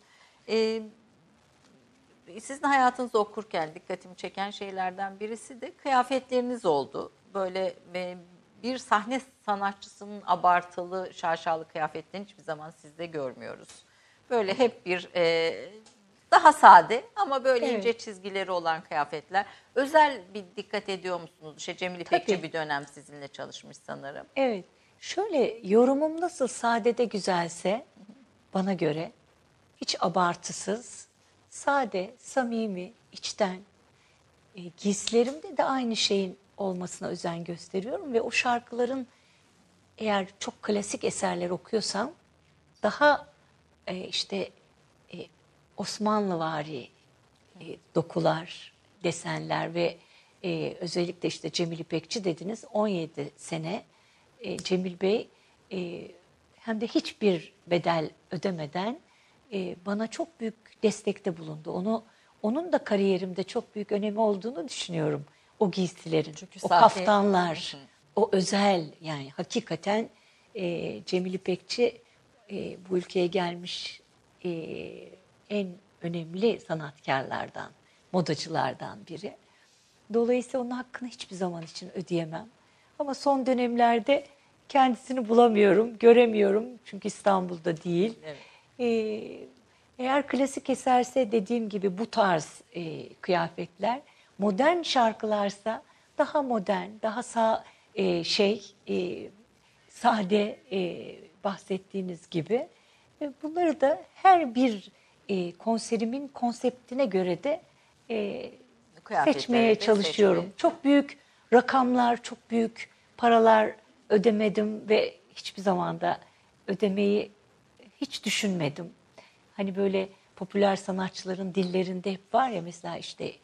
Sizin hayatınızı okurken dikkatimi çeken şeylerden birisi de kıyafetleriniz oldu. Böyle bir sahne sanatçısının abartılı, şaşalı kıyafetlerini hiçbir zaman sizde görmüyoruz. Böyle hep bir daha sade ama böyle Evet. ince çizgileri olan kıyafetler. Özel bir dikkat ediyor musunuz? Cemil İpekçi Tabii. bir dönem sizinle çalışmış sanırım. Evet. Şöyle, yorumum nasıl sadede güzelse bana göre hiç abartısız, sade, samimi, içten. Giysilerimde de aynı şeyin olmasına özen gösteriyorum ve o şarkıların eğer çok klasik eserler okuyorsam daha işte Osmanlıvari dokular, desenler ve özellikle işte Cemil İpekçi dediniz 17 sene Cemil Bey hem de hiçbir bedel ödemeden bana çok büyük destekte bulundu. Onun da kariyerimde çok büyük önemi olduğunu düşünüyorum. O giysilerin, Çünkü o sahne- kaftanlar, o özel yani hakikaten Cemil İpekçi bu ülkeye gelmiş en önemli sanatkarlardan, modacılardan biri. Dolayısıyla onun hakkını hiçbir zaman için ödeyemem. Ama son dönemlerde kendisini bulamıyorum, göremiyorum. Çünkü İstanbul'da değil. Evet. Eğer klasik eserse dediğim gibi bu tarz kıyafetler, modern şarkılarsa daha modern, daha sade bahsettiğiniz gibi. Bunları da her bir konserimin konseptine göre de Kıyafetleri seçmeye de çalışıyorum. Çok büyük rakamlar, çok büyük paralar ödemedim ve hiçbir zaman da ödemeyi hiç düşünmedim. Hani böyle popüler sanatçıların dillerinde hep var ya mesela işte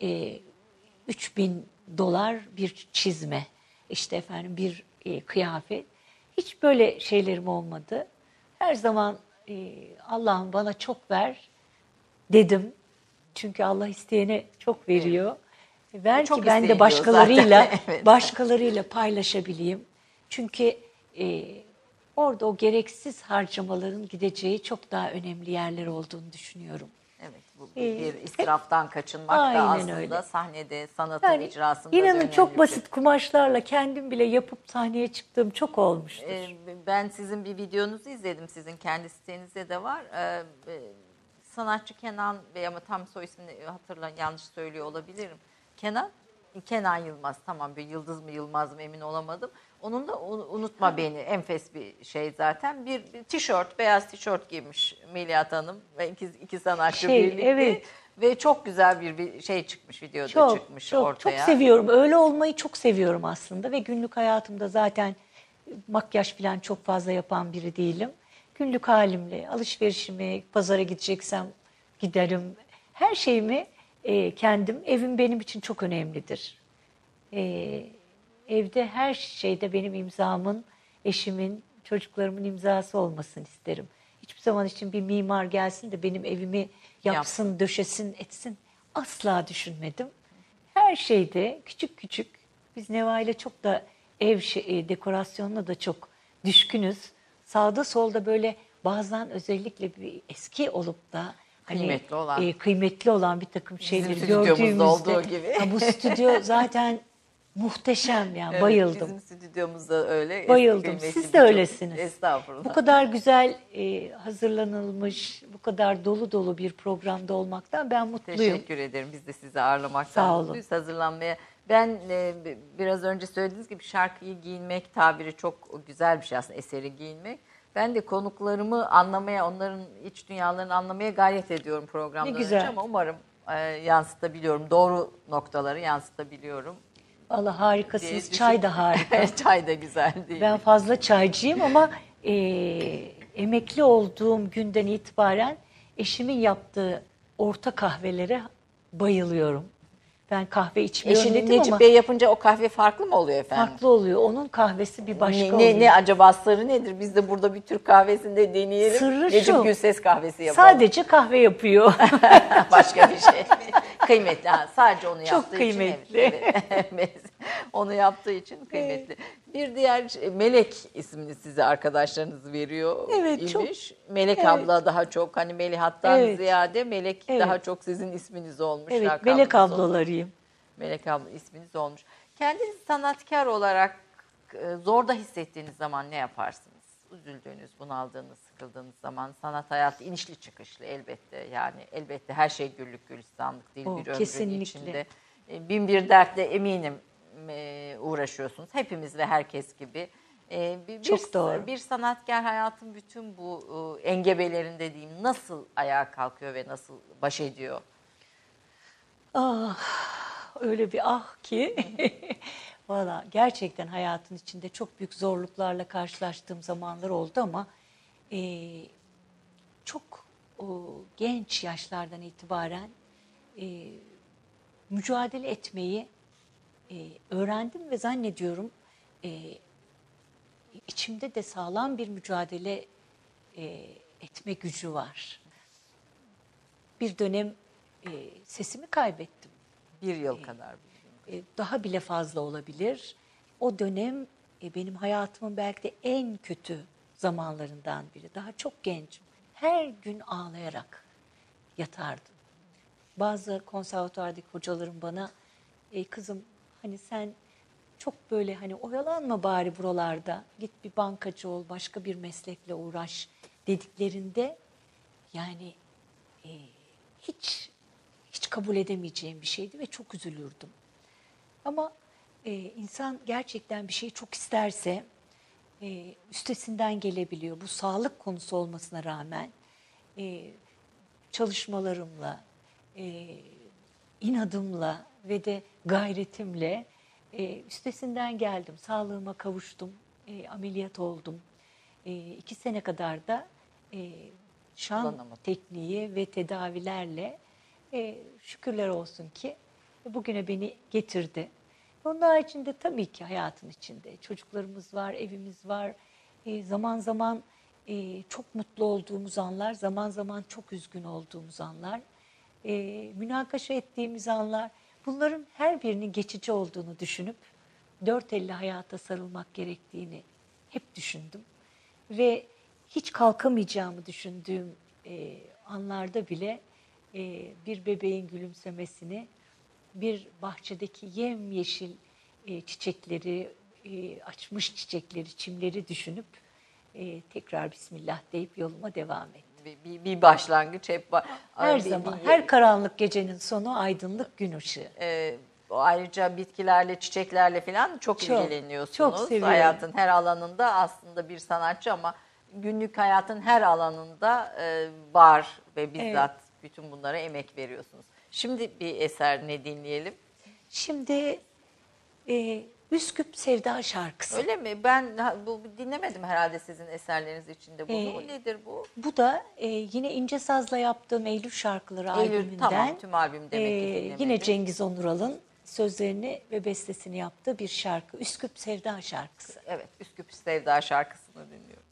$3.000 bir çizme, işte efendim bir kıyafet. Hiç böyle şeylerim olmadı. Her zaman Allah'ım bana çok ver dedim. Çünkü Allah isteyene çok veriyor. Ver Çok ki ben de isteyin diyor başkalarıyla zaten, evet. başkalarıyla paylaşabileyim. Çünkü orada o gereksiz harcamaların gideceği çok daha önemli yerler olduğunu düşünüyorum. Evet, bu bir israftan kaçınmak da Aynen aslında öyle. sahnede, sanatın Yani icrasında da inanın önemli çok bir şey. basit kumaşlarla kendim bile yapıp sahneye çıktığım çok olmuştur. Ben sizin bir videonuzu izledim. Sizin kendi sitenizde de var. Sanatçı Kenan Bey ama tam soy ismini yanlış söylüyor olabilirim. Kenan Kenan Yılmaz, tamam, bir Yıldız mı Yılmaz mı emin olamadım. Onun da Unutma Beni enfes bir şey zaten. Bir tişört, beyaz tişört giymiş Melihat Hanım ve iki sanatçı birlikte. Evet. Ve çok güzel bir şey çıkmış, videoda Çok, çıkmış çok, ortaya. çok seviyorum. Öyle olmayı çok seviyorum aslında ve günlük hayatımda zaten makyaj falan çok fazla yapan biri değilim. Günlük halimle, alışverişimi, pazara gideceksem giderim. Her şeyimi kendim, evim benim için çok önemlidir. Evde her şeyde benim imzamın, eşimin, çocuklarımın imzası olmasını isterim. Hiçbir zaman için bir mimar gelsin de benim evimi yapsın, döşesin, etsin asla düşünmedim. Her şeyde küçük küçük, biz Neva ile çok da ev dekorasyonuna da çok düşkünüz. Sağda solda böyle bazen özellikle bir eski olup da hani kıymetli olan bir takım şeyleri stüdyomuzda gördüğümüzde olduğu gibi. Bu stüdyo zaten muhteşem yani, bayıldım. Bizim stüdyomuzda öyle. Bayıldım. Siz de öylesiniz. Estağfurullah. Bu kadar güzel hazırlanılmış, bu kadar dolu dolu bir programda olmaktan ben mutluyum. Teşekkür ederim. Biz de sizi ağırlamaktan Sağ olun. mutluyuz, hazırlanmaya. Ben biraz önce söylediğiniz gibi şarkıyı giyinmek tabiri çok güzel bir şey aslında, eseri giyinmek. Ben de konuklarımı anlamaya, onların iç dünyalarını anlamaya gayret ediyorum programdan Ne güzel. önce ama umarım yansıtabiliyorum. Doğru noktaları yansıtabiliyorum. Allah harikasınız. diye Çay da harika. Çay da güzel değil. Ben fazla çaycıyım ama emekli olduğum günden itibaren eşimin yaptığı orta kahvelere bayılıyorum. Ben kahve içmiyorum Eşin dedim Necip ama Bey yapınca o kahve farklı mı oluyor efendim? farklı oluyor. Onun kahvesi bir başka Ne oluyor. acaba sırrı nedir? Biz de burada bir Türk kahvesinde deneyelim. Sırrı Necip şu. Gülses kahvesi yapalım. Sadece kahve yapıyor. Başka bir şey. Kıymetli. Ha, sadece onu Çok yaptığı kıymetli. için. Evet. Onu yaptığı için kıymetli. Bir diğer Melek ismini size arkadaşlarınız veriyor Evet, çok. imiş. Melek Evet. abla daha çok, hani Melihat'tan Evet. ziyade Melek Evet. daha çok sizin isminiz olmuş. Evet, lakabınız melek olmuş. ablalarıyım. Melek abla isminiz olmuş. Kendinizi sanatkar olarak zorda hissettiğiniz zaman ne yaparsınız? Üzüldüğünüz, bunaldığınız, sıkıldığınız zaman, sanat hayatı inişli çıkışlı elbette. Yani elbette her şey güllük gülistanlık değil, O, bir ömrün kesinlikle. içinde. Bin bir dertle eminim uğraşıyorsunuz. Hepimiz ve herkes gibi. Çok doğru. Bir sanatkar hayatın bütün bu engebelerinde diyeyim nasıl ayağa kalkıyor ve nasıl baş ediyor? Ah, öyle bir ah ki. Valla gerçekten hayatın içinde çok büyük zorluklarla karşılaştığım zamanlar oldu ama çok genç yaşlardan itibaren mücadele etmeyi öğrendim ve zannediyorum içimde de sağlam bir mücadele etme gücü var. Bir dönem sesimi kaybettim. Bir yıl kadar. Daha bile fazla olabilir. O dönem benim hayatımın belki de en kötü zamanlarından biri. Daha çok gencim. Her gün ağlayarak yatardım. Bazı konservatuvardaki hocalarım bana kızım hani sen çok böyle hani oyalanma bari buralarda. Git bir bankacı ol, başka bir meslekle uğraş dediklerinde yani hiç kabul edemeyeceğim bir şeydi ve çok üzülürdüm. Ama insan gerçekten bir şeyi çok isterse üstesinden gelebiliyor. Bu sağlık konusu olmasına rağmen çalışmalarımla, inadımla ve de gayretimle üstesinden geldim. Sağlığıma kavuştum, ameliyat oldum. 2 sene kadar da şan tekniği ve tedavilerle şükürler olsun ki bugüne beni getirdi. Onun haricinde tabii ki hayatın içinde çocuklarımız var, evimiz var. Zaman zaman çok mutlu olduğumuz anlar, zaman zaman çok üzgün olduğumuz anlar, münakaşa ettiğimiz anlar. Bunların her birinin geçici olduğunu düşünüp dört elle hayata sarılmak gerektiğini hep düşündüm. Ve hiç kalkamayacağımı düşündüğüm anlarda bile bir bebeğin gülümsemesini, bir bahçedeki yemyeşil çiçekleri, açmış çiçekleri, çimleri düşünüp tekrar Bismillah deyip yoluma devam ettim. Bir başlangıç hep var. Her zaman, her karanlık gecenin sonu aydınlık gün ışığı. ayrıca bitkilerle, çiçeklerle falan çok ilgileniyorsunuz. çok seviyorum. Hayatın her alanında aslında bir sanatçı ama günlük hayatın her alanında var ve bizzat bütün bunlara emek veriyorsunuz. Şimdi bir eser ne dinleyelim? Şimdi Üsküp Sevda şarkısı. Öyle mi? Ben dinlemedim herhalde sizin eserleriniz içinde bunu. Nedir bu? Bu da yine İnce Saz'la yaptığım Eylül şarkıları albümünden. Tamam, tüm albüm demek ki dinlemedim. Yine Cengiz Onural'ın sözlerini ve bestesini yaptığı bir şarkı. Üsküp Sevda şarkısı. Evet, Üsküp Sevda şarkısını dinliyoruz.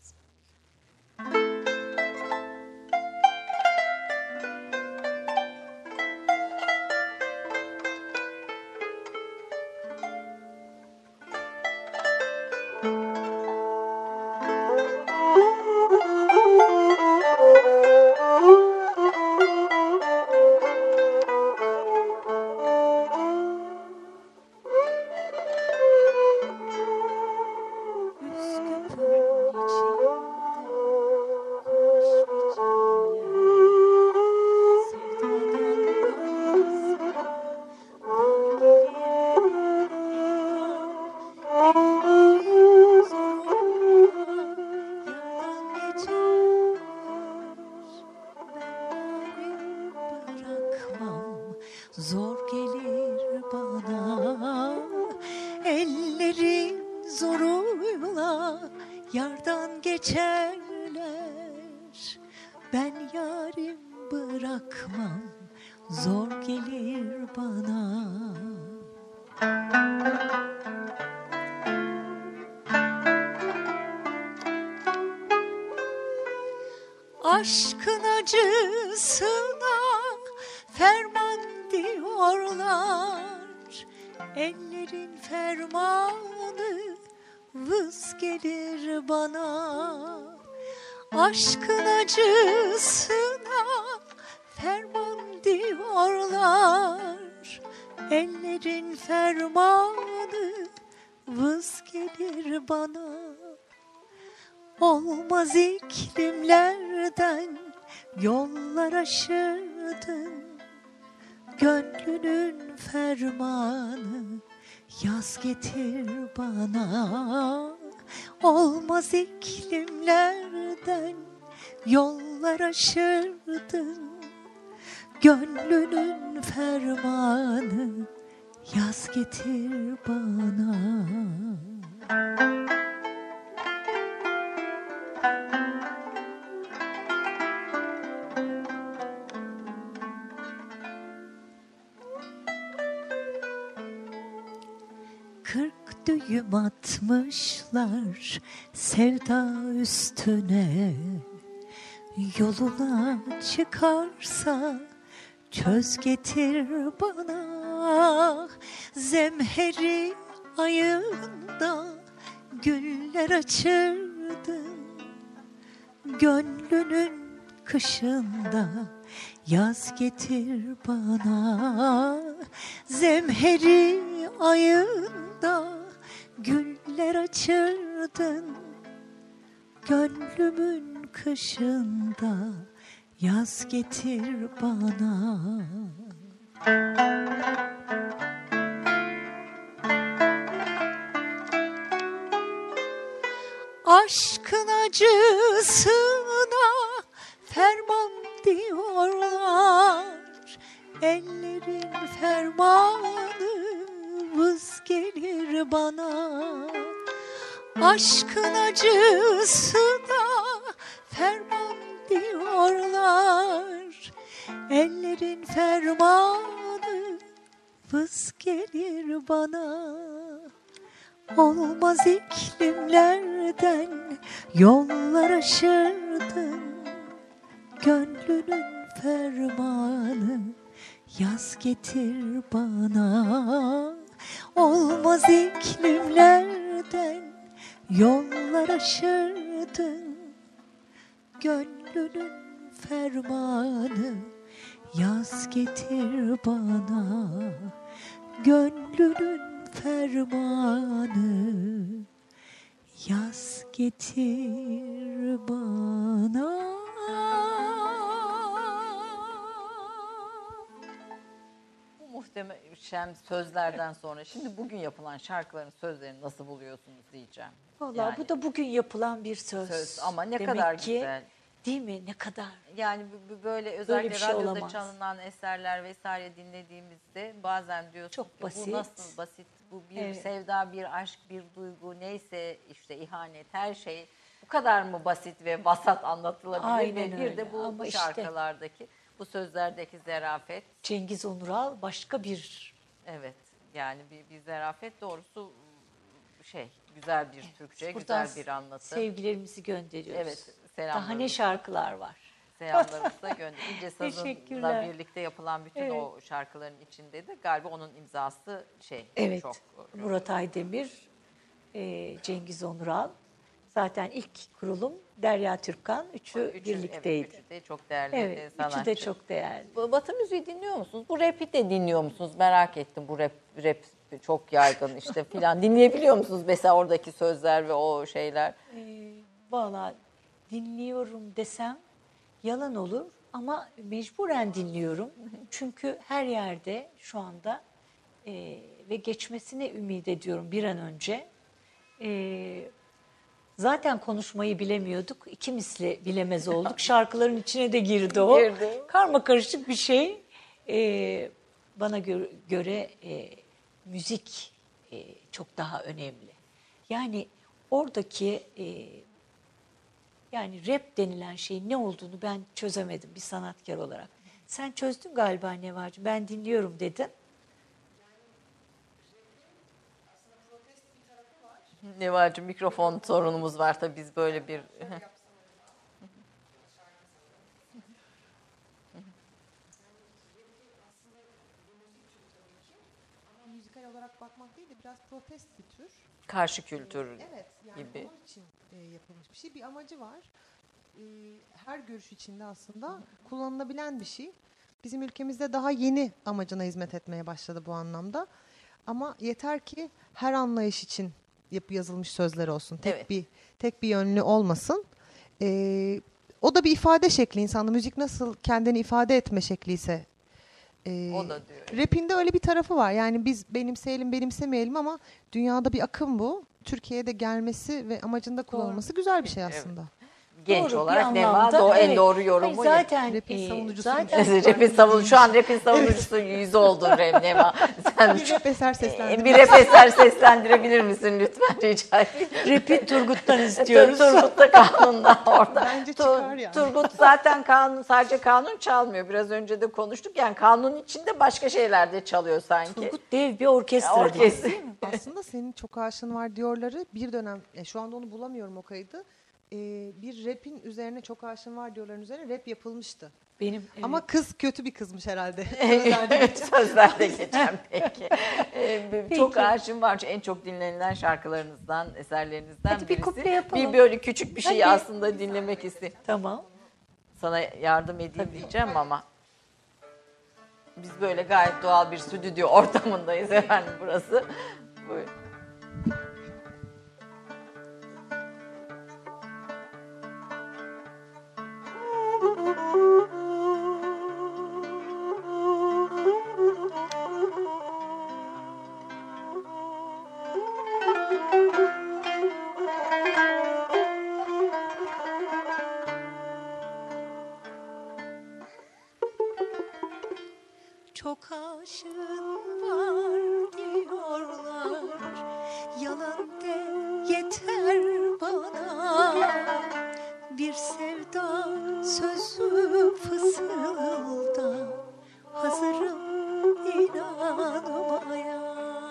Zor gelir bana, ellerin zoruyla yardan geçerler. Ben yarim bırakmam, zor gelir bana. Aşkın acısına ferman diyorlar, ellerin fermanı vız gelir bana. Aşkın acısına ferman diyorlar, ellerin fermanı vız gelir bana. Olmaz iklimlerden yollar aşırdın, gönlünün fermanı yaz getir bana. Olmaz iklimlerden yollar aşırdın, gönlünün fermanı yaz getir bana. Kırk düğüm atmışlar sevda üstüne, yoluna çıkarsa çöz getir bana. Zemheri ayında güller açırdın, gönlünün kışında yaz getir bana. Zemheri ayında güller açırdın, gönlümün kışında yaz getir bana. Aşkın acısına ferman diyorlar, ellerin fermanı vız gelir bana. Aşkın acısına ferman diyorlar, ellerin fermanı vız gelir bana. Olmaz iklimlerden yollar aşırdın, gönlünün fermanı yaz getir bana. Olmaz iklimlerden yollar aşırdın, gönlünün fermanı yaz getir bana. Gönlünün fermanı yaz getir bana. muhteşem sözlerden sonra şimdi bugün yapılan şarkıların sözlerini nasıl buluyorsunuz diyeceğim. Vallahi Yani bu da bugün yapılan bir söz. ama ne Demek kadar ki, güzel. Değil mi? Ne kadar. Yani böyle özellikle bir şey radyoda olamaz. çalınan eserler vesaire dinlediğimizde bazen diyorsun Çok ki basit. bu nasıl basit, bu bir Evet. sevda, bir aşk, bir duygu, neyse işte ihanet, her şey bu kadar mı basit ve vasat anlatılabilir? Aynen ve bir öyle. de bu Ama işte- şarkılardaki, bu sözlerdeki zarafet, Cengiz Onural başka bir evet yani bir zarafet doğrusu güzel bir Türkçe, buradan güzel bir anlatım. sevgilerimizi gönderiyoruz. Evet, Daha ne selamlarımızı. şarkılar var. Selamlarımızı da gönder. İnce Sazın'la Teşekkürler. birlikte yapılan bütün Evet. o şarkıların içinde de galiba onun imzası Evet. çok. Murat Aydemir, Cengiz Onural. Zaten ilk kurulum Derya Türkkan. Üçü birlikteydi. Evet, üçü de çok değerli Evet, sanatçı. üçü de çok değerli. Batı müziği dinliyor musunuz? Bu rap'i de dinliyor musunuz? Merak ettim. Bu rap çok yaygın işte filan. Dinleyebiliyor musunuz mesela oradaki sözler ve o şeyler? Valla dinliyorum desem yalan olur ama mecburen dinliyorum. Çünkü her yerde şu anda ve geçmesine ümit ediyorum bir an önce. Zaten konuşmayı bilemiyorduk. İki misli bilemez olduk. Şarkıların içine de girdi o. Girdi. Karma karışık bir şey. Bana göre müzik çok daha önemli. Yani oradaki yani rap denilen şeyin ne olduğunu ben çözemedim bir sanatkar olarak. Sen çözdün galiba Nevacığım. Ben dinliyorum dedin. Nevacığım mikrofon sorunumuz var tabii biz böyle bir... Müzikal olarak bakmak değil de biraz protest bir tür. Karşı kültür Evet, yani gibi. onun için yapılmış bir şey. Bir amacı var. Her görüş içinde aslında kullanılabilen bir şey. Bizim ülkemizde daha yeni amacına hizmet etmeye başladı bu anlamda. Ama yeter ki her anlayış için yazılmış sözler olsun. Evet. Tek bir yönlü olmasın. O da bir ifade şekli insanda. Müzik nasıl kendini ifade etme şekliyse. O da diyor. Rap'inde öyle bir tarafı var. Yani biz benimseyelim benimsemeyelim ama dünyada bir akım bu. Türkiye'de gelmesi ve amacında kullanılması güzel bir şey aslında. Genç Doğru, olarak bir Neva anlamda, da en evet. doğru yorumu. Hayır, zaten Rap'in savunucusu. Şu an rap'in savunucusu yüzü oldun Neva. Sen Bir rap eser seslendirme. bir rap eser seslendirebilir misin lütfen rica edeyim. Rap'i Turgut'tan istiyoruz. Turgut'ta kanunla orada. Bence çıkar yani. Turgut zaten sadece kanun çalmıyor. Biraz önce de konuştuk. Yani kanunun içinde başka şeyler de çalıyor sanki. Turgut dev bir orkestra. Orkestra. değil mi? Aslında senin çok aşın var diyorları bir dönem, şu anda onu bulamıyorum o kaydı. Bir rap'in üzerine çok aşın var diyorların üzerine rap yapılmıştı. Benim Ama kız kötü bir kızmış herhalde. Sözlerde geçen peki. Çok aşığım var. En çok dinlenilen şarkılarınızdan, eserlerinizden Hadi bir birisi. kuple yapalım. Bir böyle küçük bir şeyi Hadi. aslında dinlemek istedim. Tamam. Sana yardım edeyim diyeceğim ama biz böyle gayet doğal bir stüdyo ortamındayız efendim burası. Buyurun. Çok aşığın var diyorlar, yalan de yeter bana. Bir sevda sözü fısılda, hazırım inanmaya.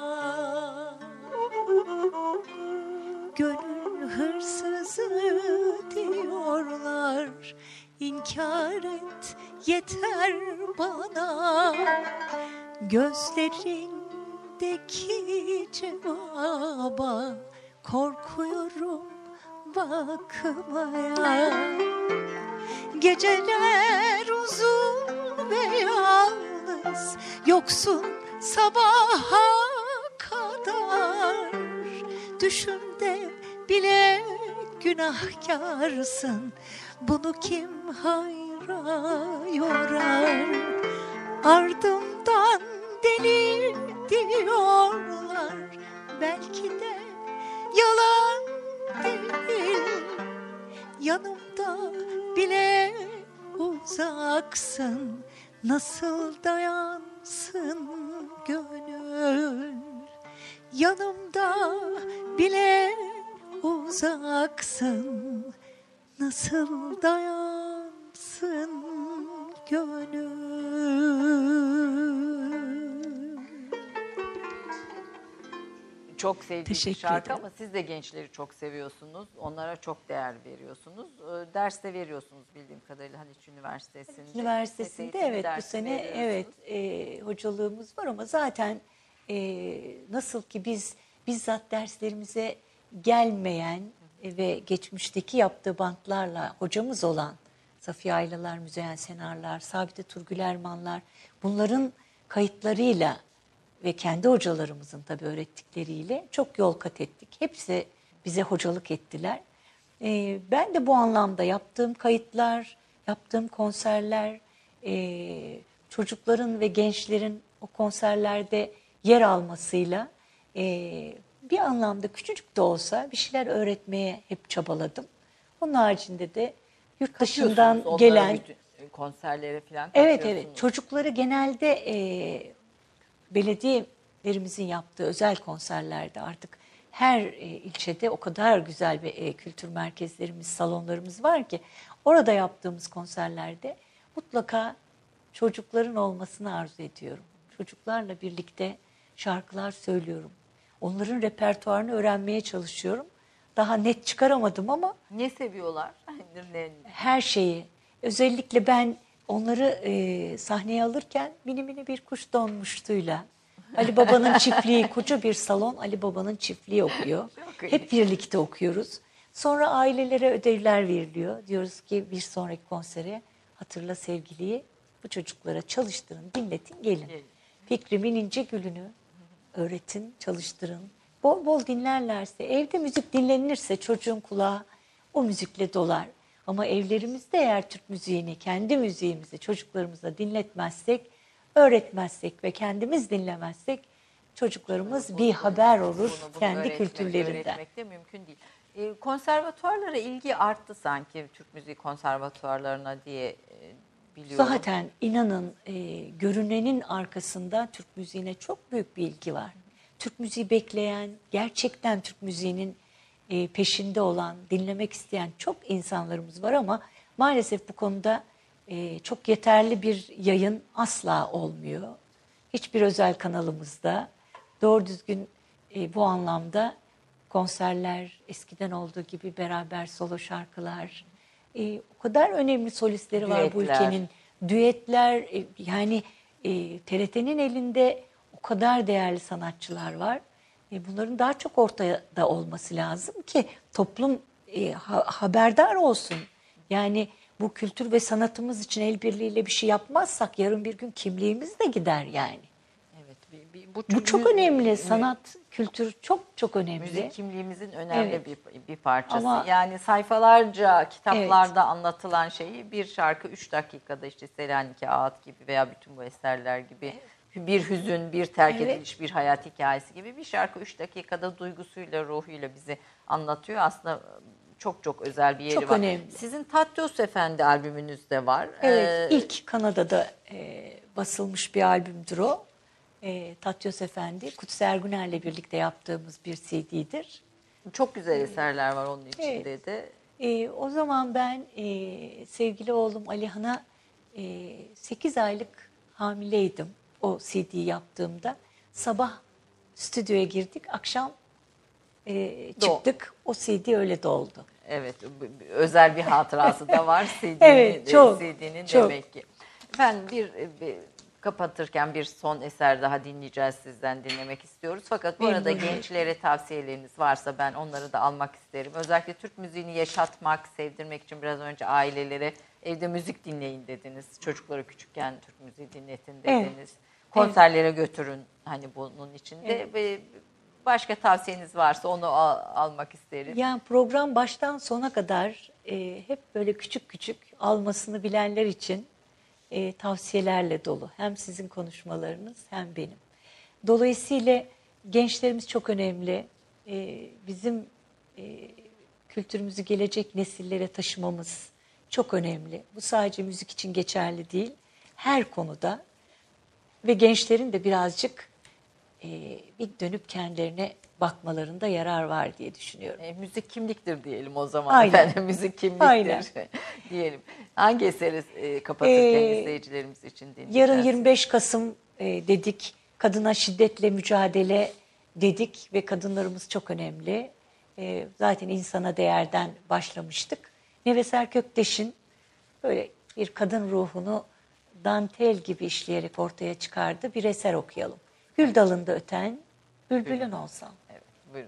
Gönül hırsızı diyorlar, İnkar et yeter bana. Gözlerindeki cevaba korkuyorum bakmaya. Geceler uzun ve yalnız, yoksun sabaha kadar. Düşümde bile günahkarsın, bunu kim hayra yorar? Ardımdan deli diyorlar, belki de yalan değil. Yanımda bile uzaksın, nasıl dayansın gönül. Yanımda bile uzaksın, nasıl dayansın gönül. Çok sevdiğim bir Teşekkür şarkı ederim. ama siz de gençleri çok seviyorsunuz. Onlara çok değer veriyorsunuz. Ders de veriyorsunuz bildiğim kadarıyla Haliç Üniversitesi'nde. Üniversitesinde Ses eğitimi evet bu dersi sene veriyorsunuz. evet hocalığımız var ama zaten nasıl ki biz bizzat derslerimize gelmeyen ve geçmişteki yaptığı bantlarla hocamız olan Safiye Aylalar, Müzeyyen Senarlar, Sabite Turgul Ermanlar, bunların kayıtlarıyla ve kendi hocalarımızın tabii öğrettikleriyle çok yol kat ettik. Hepsi bize hocalık ettiler. Ben de bu anlamda yaptığım kayıtlar, yaptığım konserler, çocukların ve gençlerin o konserlerde yer almasıyla bir anlamda küçücük de olsa bir şeyler öğretmeye hep çabaladım. Onun haricinde de yurt dışından Katıyorsunuz onlara gelen... bütün konserlere falan Evet katıyorsunuz. evet, çocukları genelde belediyelerimizin yaptığı özel konserlerde artık her ilçede o kadar güzel bir kültür merkezlerimiz, salonlarımız var ki orada yaptığımız konserlerde mutlaka çocukların olmasını arzu ediyorum. Çocuklarla birlikte şarkılar söylüyorum. Onların repertuarını öğrenmeye çalışıyorum. Daha net çıkaramadım ama Ne seviyorlar? her şeyi. Özellikle ben onları sahneye alırken mini mini bir kuş donmuştuyla. Ali Baba'nın çiftliği, koca bir salon Ali Baba'nın çiftliği okuyor. Hep birlikte okuyoruz. Sonra ailelere ödevler veriliyor. Diyoruz ki bir sonraki konsere hatırla sevgiliyi, bu çocuklara çalıştırın, dinletin, gelin. Fikrimin ince gülünü öğretin, çalıştırın. Bol bol dinlerlerse, evde müzik dinlenirse çocuğun kulağı o müzikle dolar. Ama evlerimizde eğer Türk müziğini, kendi müziğimizi çocuklarımıza dinletmezsek, öğretmezsek ve kendimiz dinlemezsek çocuklarımız bir haber olur Bunu kendi kültürlerinden. öğretmek de mümkün değil. Konservatuvarlara ilgi arttı sanki, Türk müziği konservatuvarlarına diye biliyorum. Zaten inanın görünenin arkasında Türk müziğine çok büyük bir ilgi var. Türk müziği bekleyen, gerçekten Türk müziğinin peşinde olan, dinlemek isteyen çok insanlarımız var ama maalesef bu konuda çok yeterli bir yayın asla olmuyor. Hiçbir özel kanalımızda doğru düzgün bu anlamda konserler, eskiden olduğu gibi beraber solo şarkılar, o kadar önemli solistleri var bu Düetler. ülkenin. Düetler, yani TRT'nin elinde o kadar değerli sanatçılar var. Bunların daha çok ortada olması lazım ki toplum haberdar olsun. Yani bu kültür ve sanatımız için el birliğiyle bir şey yapmazsak yarın bir gün kimliğimiz de gider yani. Evet, Bu çok önemli. Sanat, kültür çok çok önemli. Müzik kimliğimizin önemli Evet. bir parçası. Ama- Yani sayfalarca kitaplarda anlatılan şeyi bir şarkı 3 dakikada, işte Selanik Ağıt gibi veya bütün bu eserler gibi bir hüzün, bir terk Evet. ediliş, bir hayat hikayesi gibi bir şarkı 3 dakikada duygusuyla, ruhuyla bizi anlatıyor. Aslında çok çok özel bir yeri Çok var. önemli. Sizin Tatyos Efendi albümünüz de var. Evet, ilk Kanada'da basılmış bir albümdür o. Tatyos Efendi, Kutsi Ergüner'le birlikte yaptığımız bir CD'dir. Çok güzel eserler var onun içinde Evet. de. O zaman ben sevgili oğlum Alihan'a 8 aylık hamileydim o CD'yi yaptığımda. Sabah stüdyoya girdik, akşam çıktık. O CD öyle doldu. Evet, özel bir hatırası da var CD'nin, Evet, çok, CD'nin çok. demek ki. Efendim bir kapatırken bir son eser daha dinleyeceğiz, sizden dinlemek istiyoruz. Fakat bu arada Memnuniyetle. gençlere tavsiyeleriniz varsa ben onları da almak isterim. Özellikle Türk müziğini yaşatmak, sevdirmek için biraz önce ailelere evde müzik dinleyin dediniz. Çocuklara küçükken Türk müziği dinletin dediniz. Evet. Konserlere götürün hani bunun içinde. Ve başka tavsiyeniz varsa onu almak isterim. Yani program baştan sona kadar hep böyle küçük küçük almasını bilenler için tavsiyelerle dolu. Hem sizin konuşmalarınız hem benim. Dolayısıyla gençlerimiz çok önemli. Bizim kültürümüzü gelecek nesillere taşımamız çok önemli. Bu sadece müzik için geçerli değil. Her konuda ve gençlerin de birazcık bir dönüp kendilerine bakmalarında yarar var diye düşünüyorum. Müzik kimliktir diyelim o zaman. Aynen. Efendim, müzik kimliktir Aynen. diyelim. Hangi eseri kapatırken izleyicilerimiz için dinleyeceğiz? Yarın 25 Kasım dedik. Kadına şiddetle mücadele dedik ve kadınlarımız çok önemli. Zaten insana değerden başlamıştık. Neveser Kökteş'in böyle bir kadın ruhunu dantel gibi işleyerek ortaya çıkardığı bir eser okuyalım. Gül dalında öten bülbülün olsam. Evet, buyurun.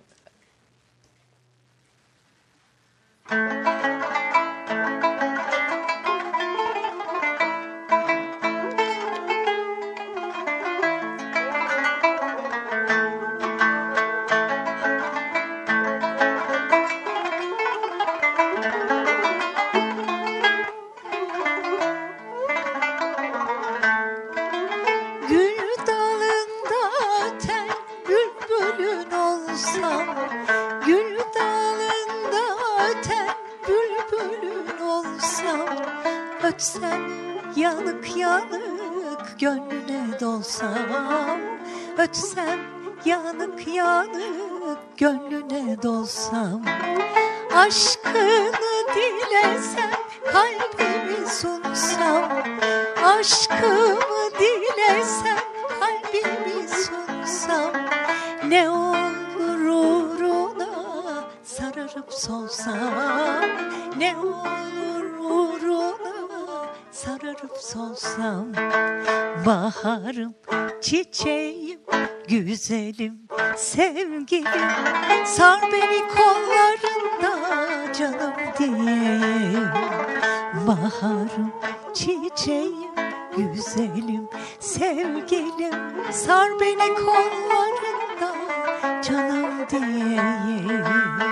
Gül dalında öten bülbülün olsam, gül dalında öten bülbülün olsam, ötsem yanık yanık gönlüne dolsam, ötsem yanık yanık gönlüne dolsam, aşkını dilesem kalbimi sunsam, aşkımı dilesem kalbimi sunsam, ne olur uğruna sararıp solsam, ne olur uğruna sararıp solsam, baharım çiçeğim güzelim sevgilim, sar beni kollarında canım diyeyim. Baharım çiçeğim güzelim sevgilim, sar beni kollarında canım diyeyim.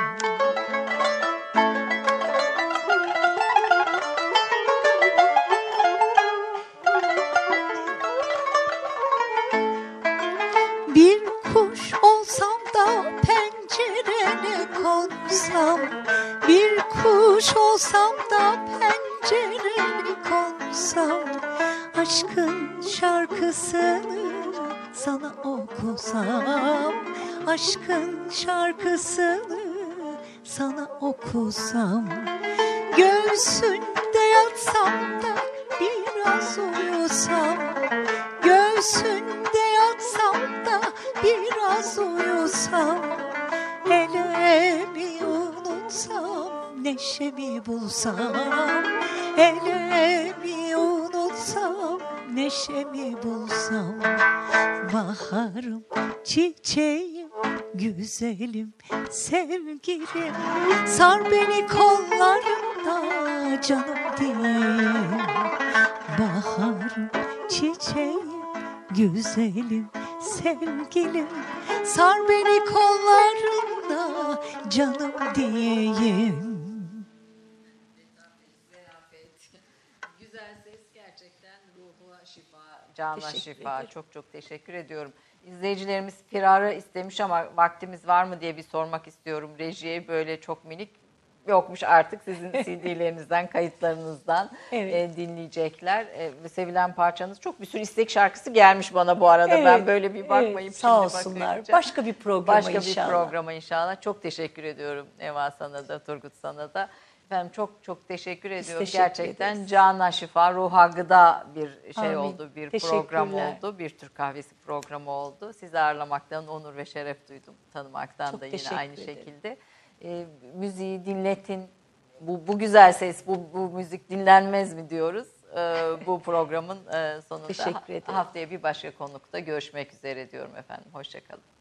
Bir kuş olsam da pencerene konsam, bir kuş olsam da pencerene konsam, aşkın şarkısını sana okusam, aşkın şarkısını sana okusam, göğsünde yatsam da biraz uyusam, göğsünde yatsam da biraz uyusam, elemi unutsam, neşemi bulsam, elemi unutsam, neşemi bulsam, baharım çiçeğim güzelim sevgilim, sar beni kollarında canım diyeyim. Baharım çiçeğim güzelim sevgilim, sar beni kollarında canım diyeyim. Güzel ses gerçekten ruhuna şifa, cana Teşekkür şifa. ederim. Çok çok teşekkür ediyorum. İzleyicilerimiz firarı istemiş ama vaktimiz var mı diye bir sormak istiyorum. Rejiye böyle çok minik yokmuş, artık sizin CD'lerinizden, kayıtlarınızdan Evet. dinleyecekler. Ve sevilen parçanız, çok bir sürü istek şarkısı gelmiş bana bu arada. Evet, Ben böyle bir bakmayıp evet, sağ şimdi olsunlar. bakınca. Başka bir programa Başka inşallah. bir programa inşallah. Çok teşekkür ediyorum Eva sana da, Turgut sana da. Efendim çok çok teşekkür ediyorum. teşekkür Gerçekten ederiz. cana şifa, ruha gıda bir şey Amin. oldu, bir Teşekkürler. program oldu, bir Türk kahvesi programı oldu. Sizi ağırlamaktan onur ve şeref duydum. Tanımaktan Çok da yine teşekkür aynı ederim. şekilde. Müziği dinletin. Bu güzel ses, bu müzik dinlenmez mi diyoruz bu programın sonunda. Teşekkür ederim. Haftaya bir başka konukta görüşmek üzere diyorum efendim. Hoşça kalın.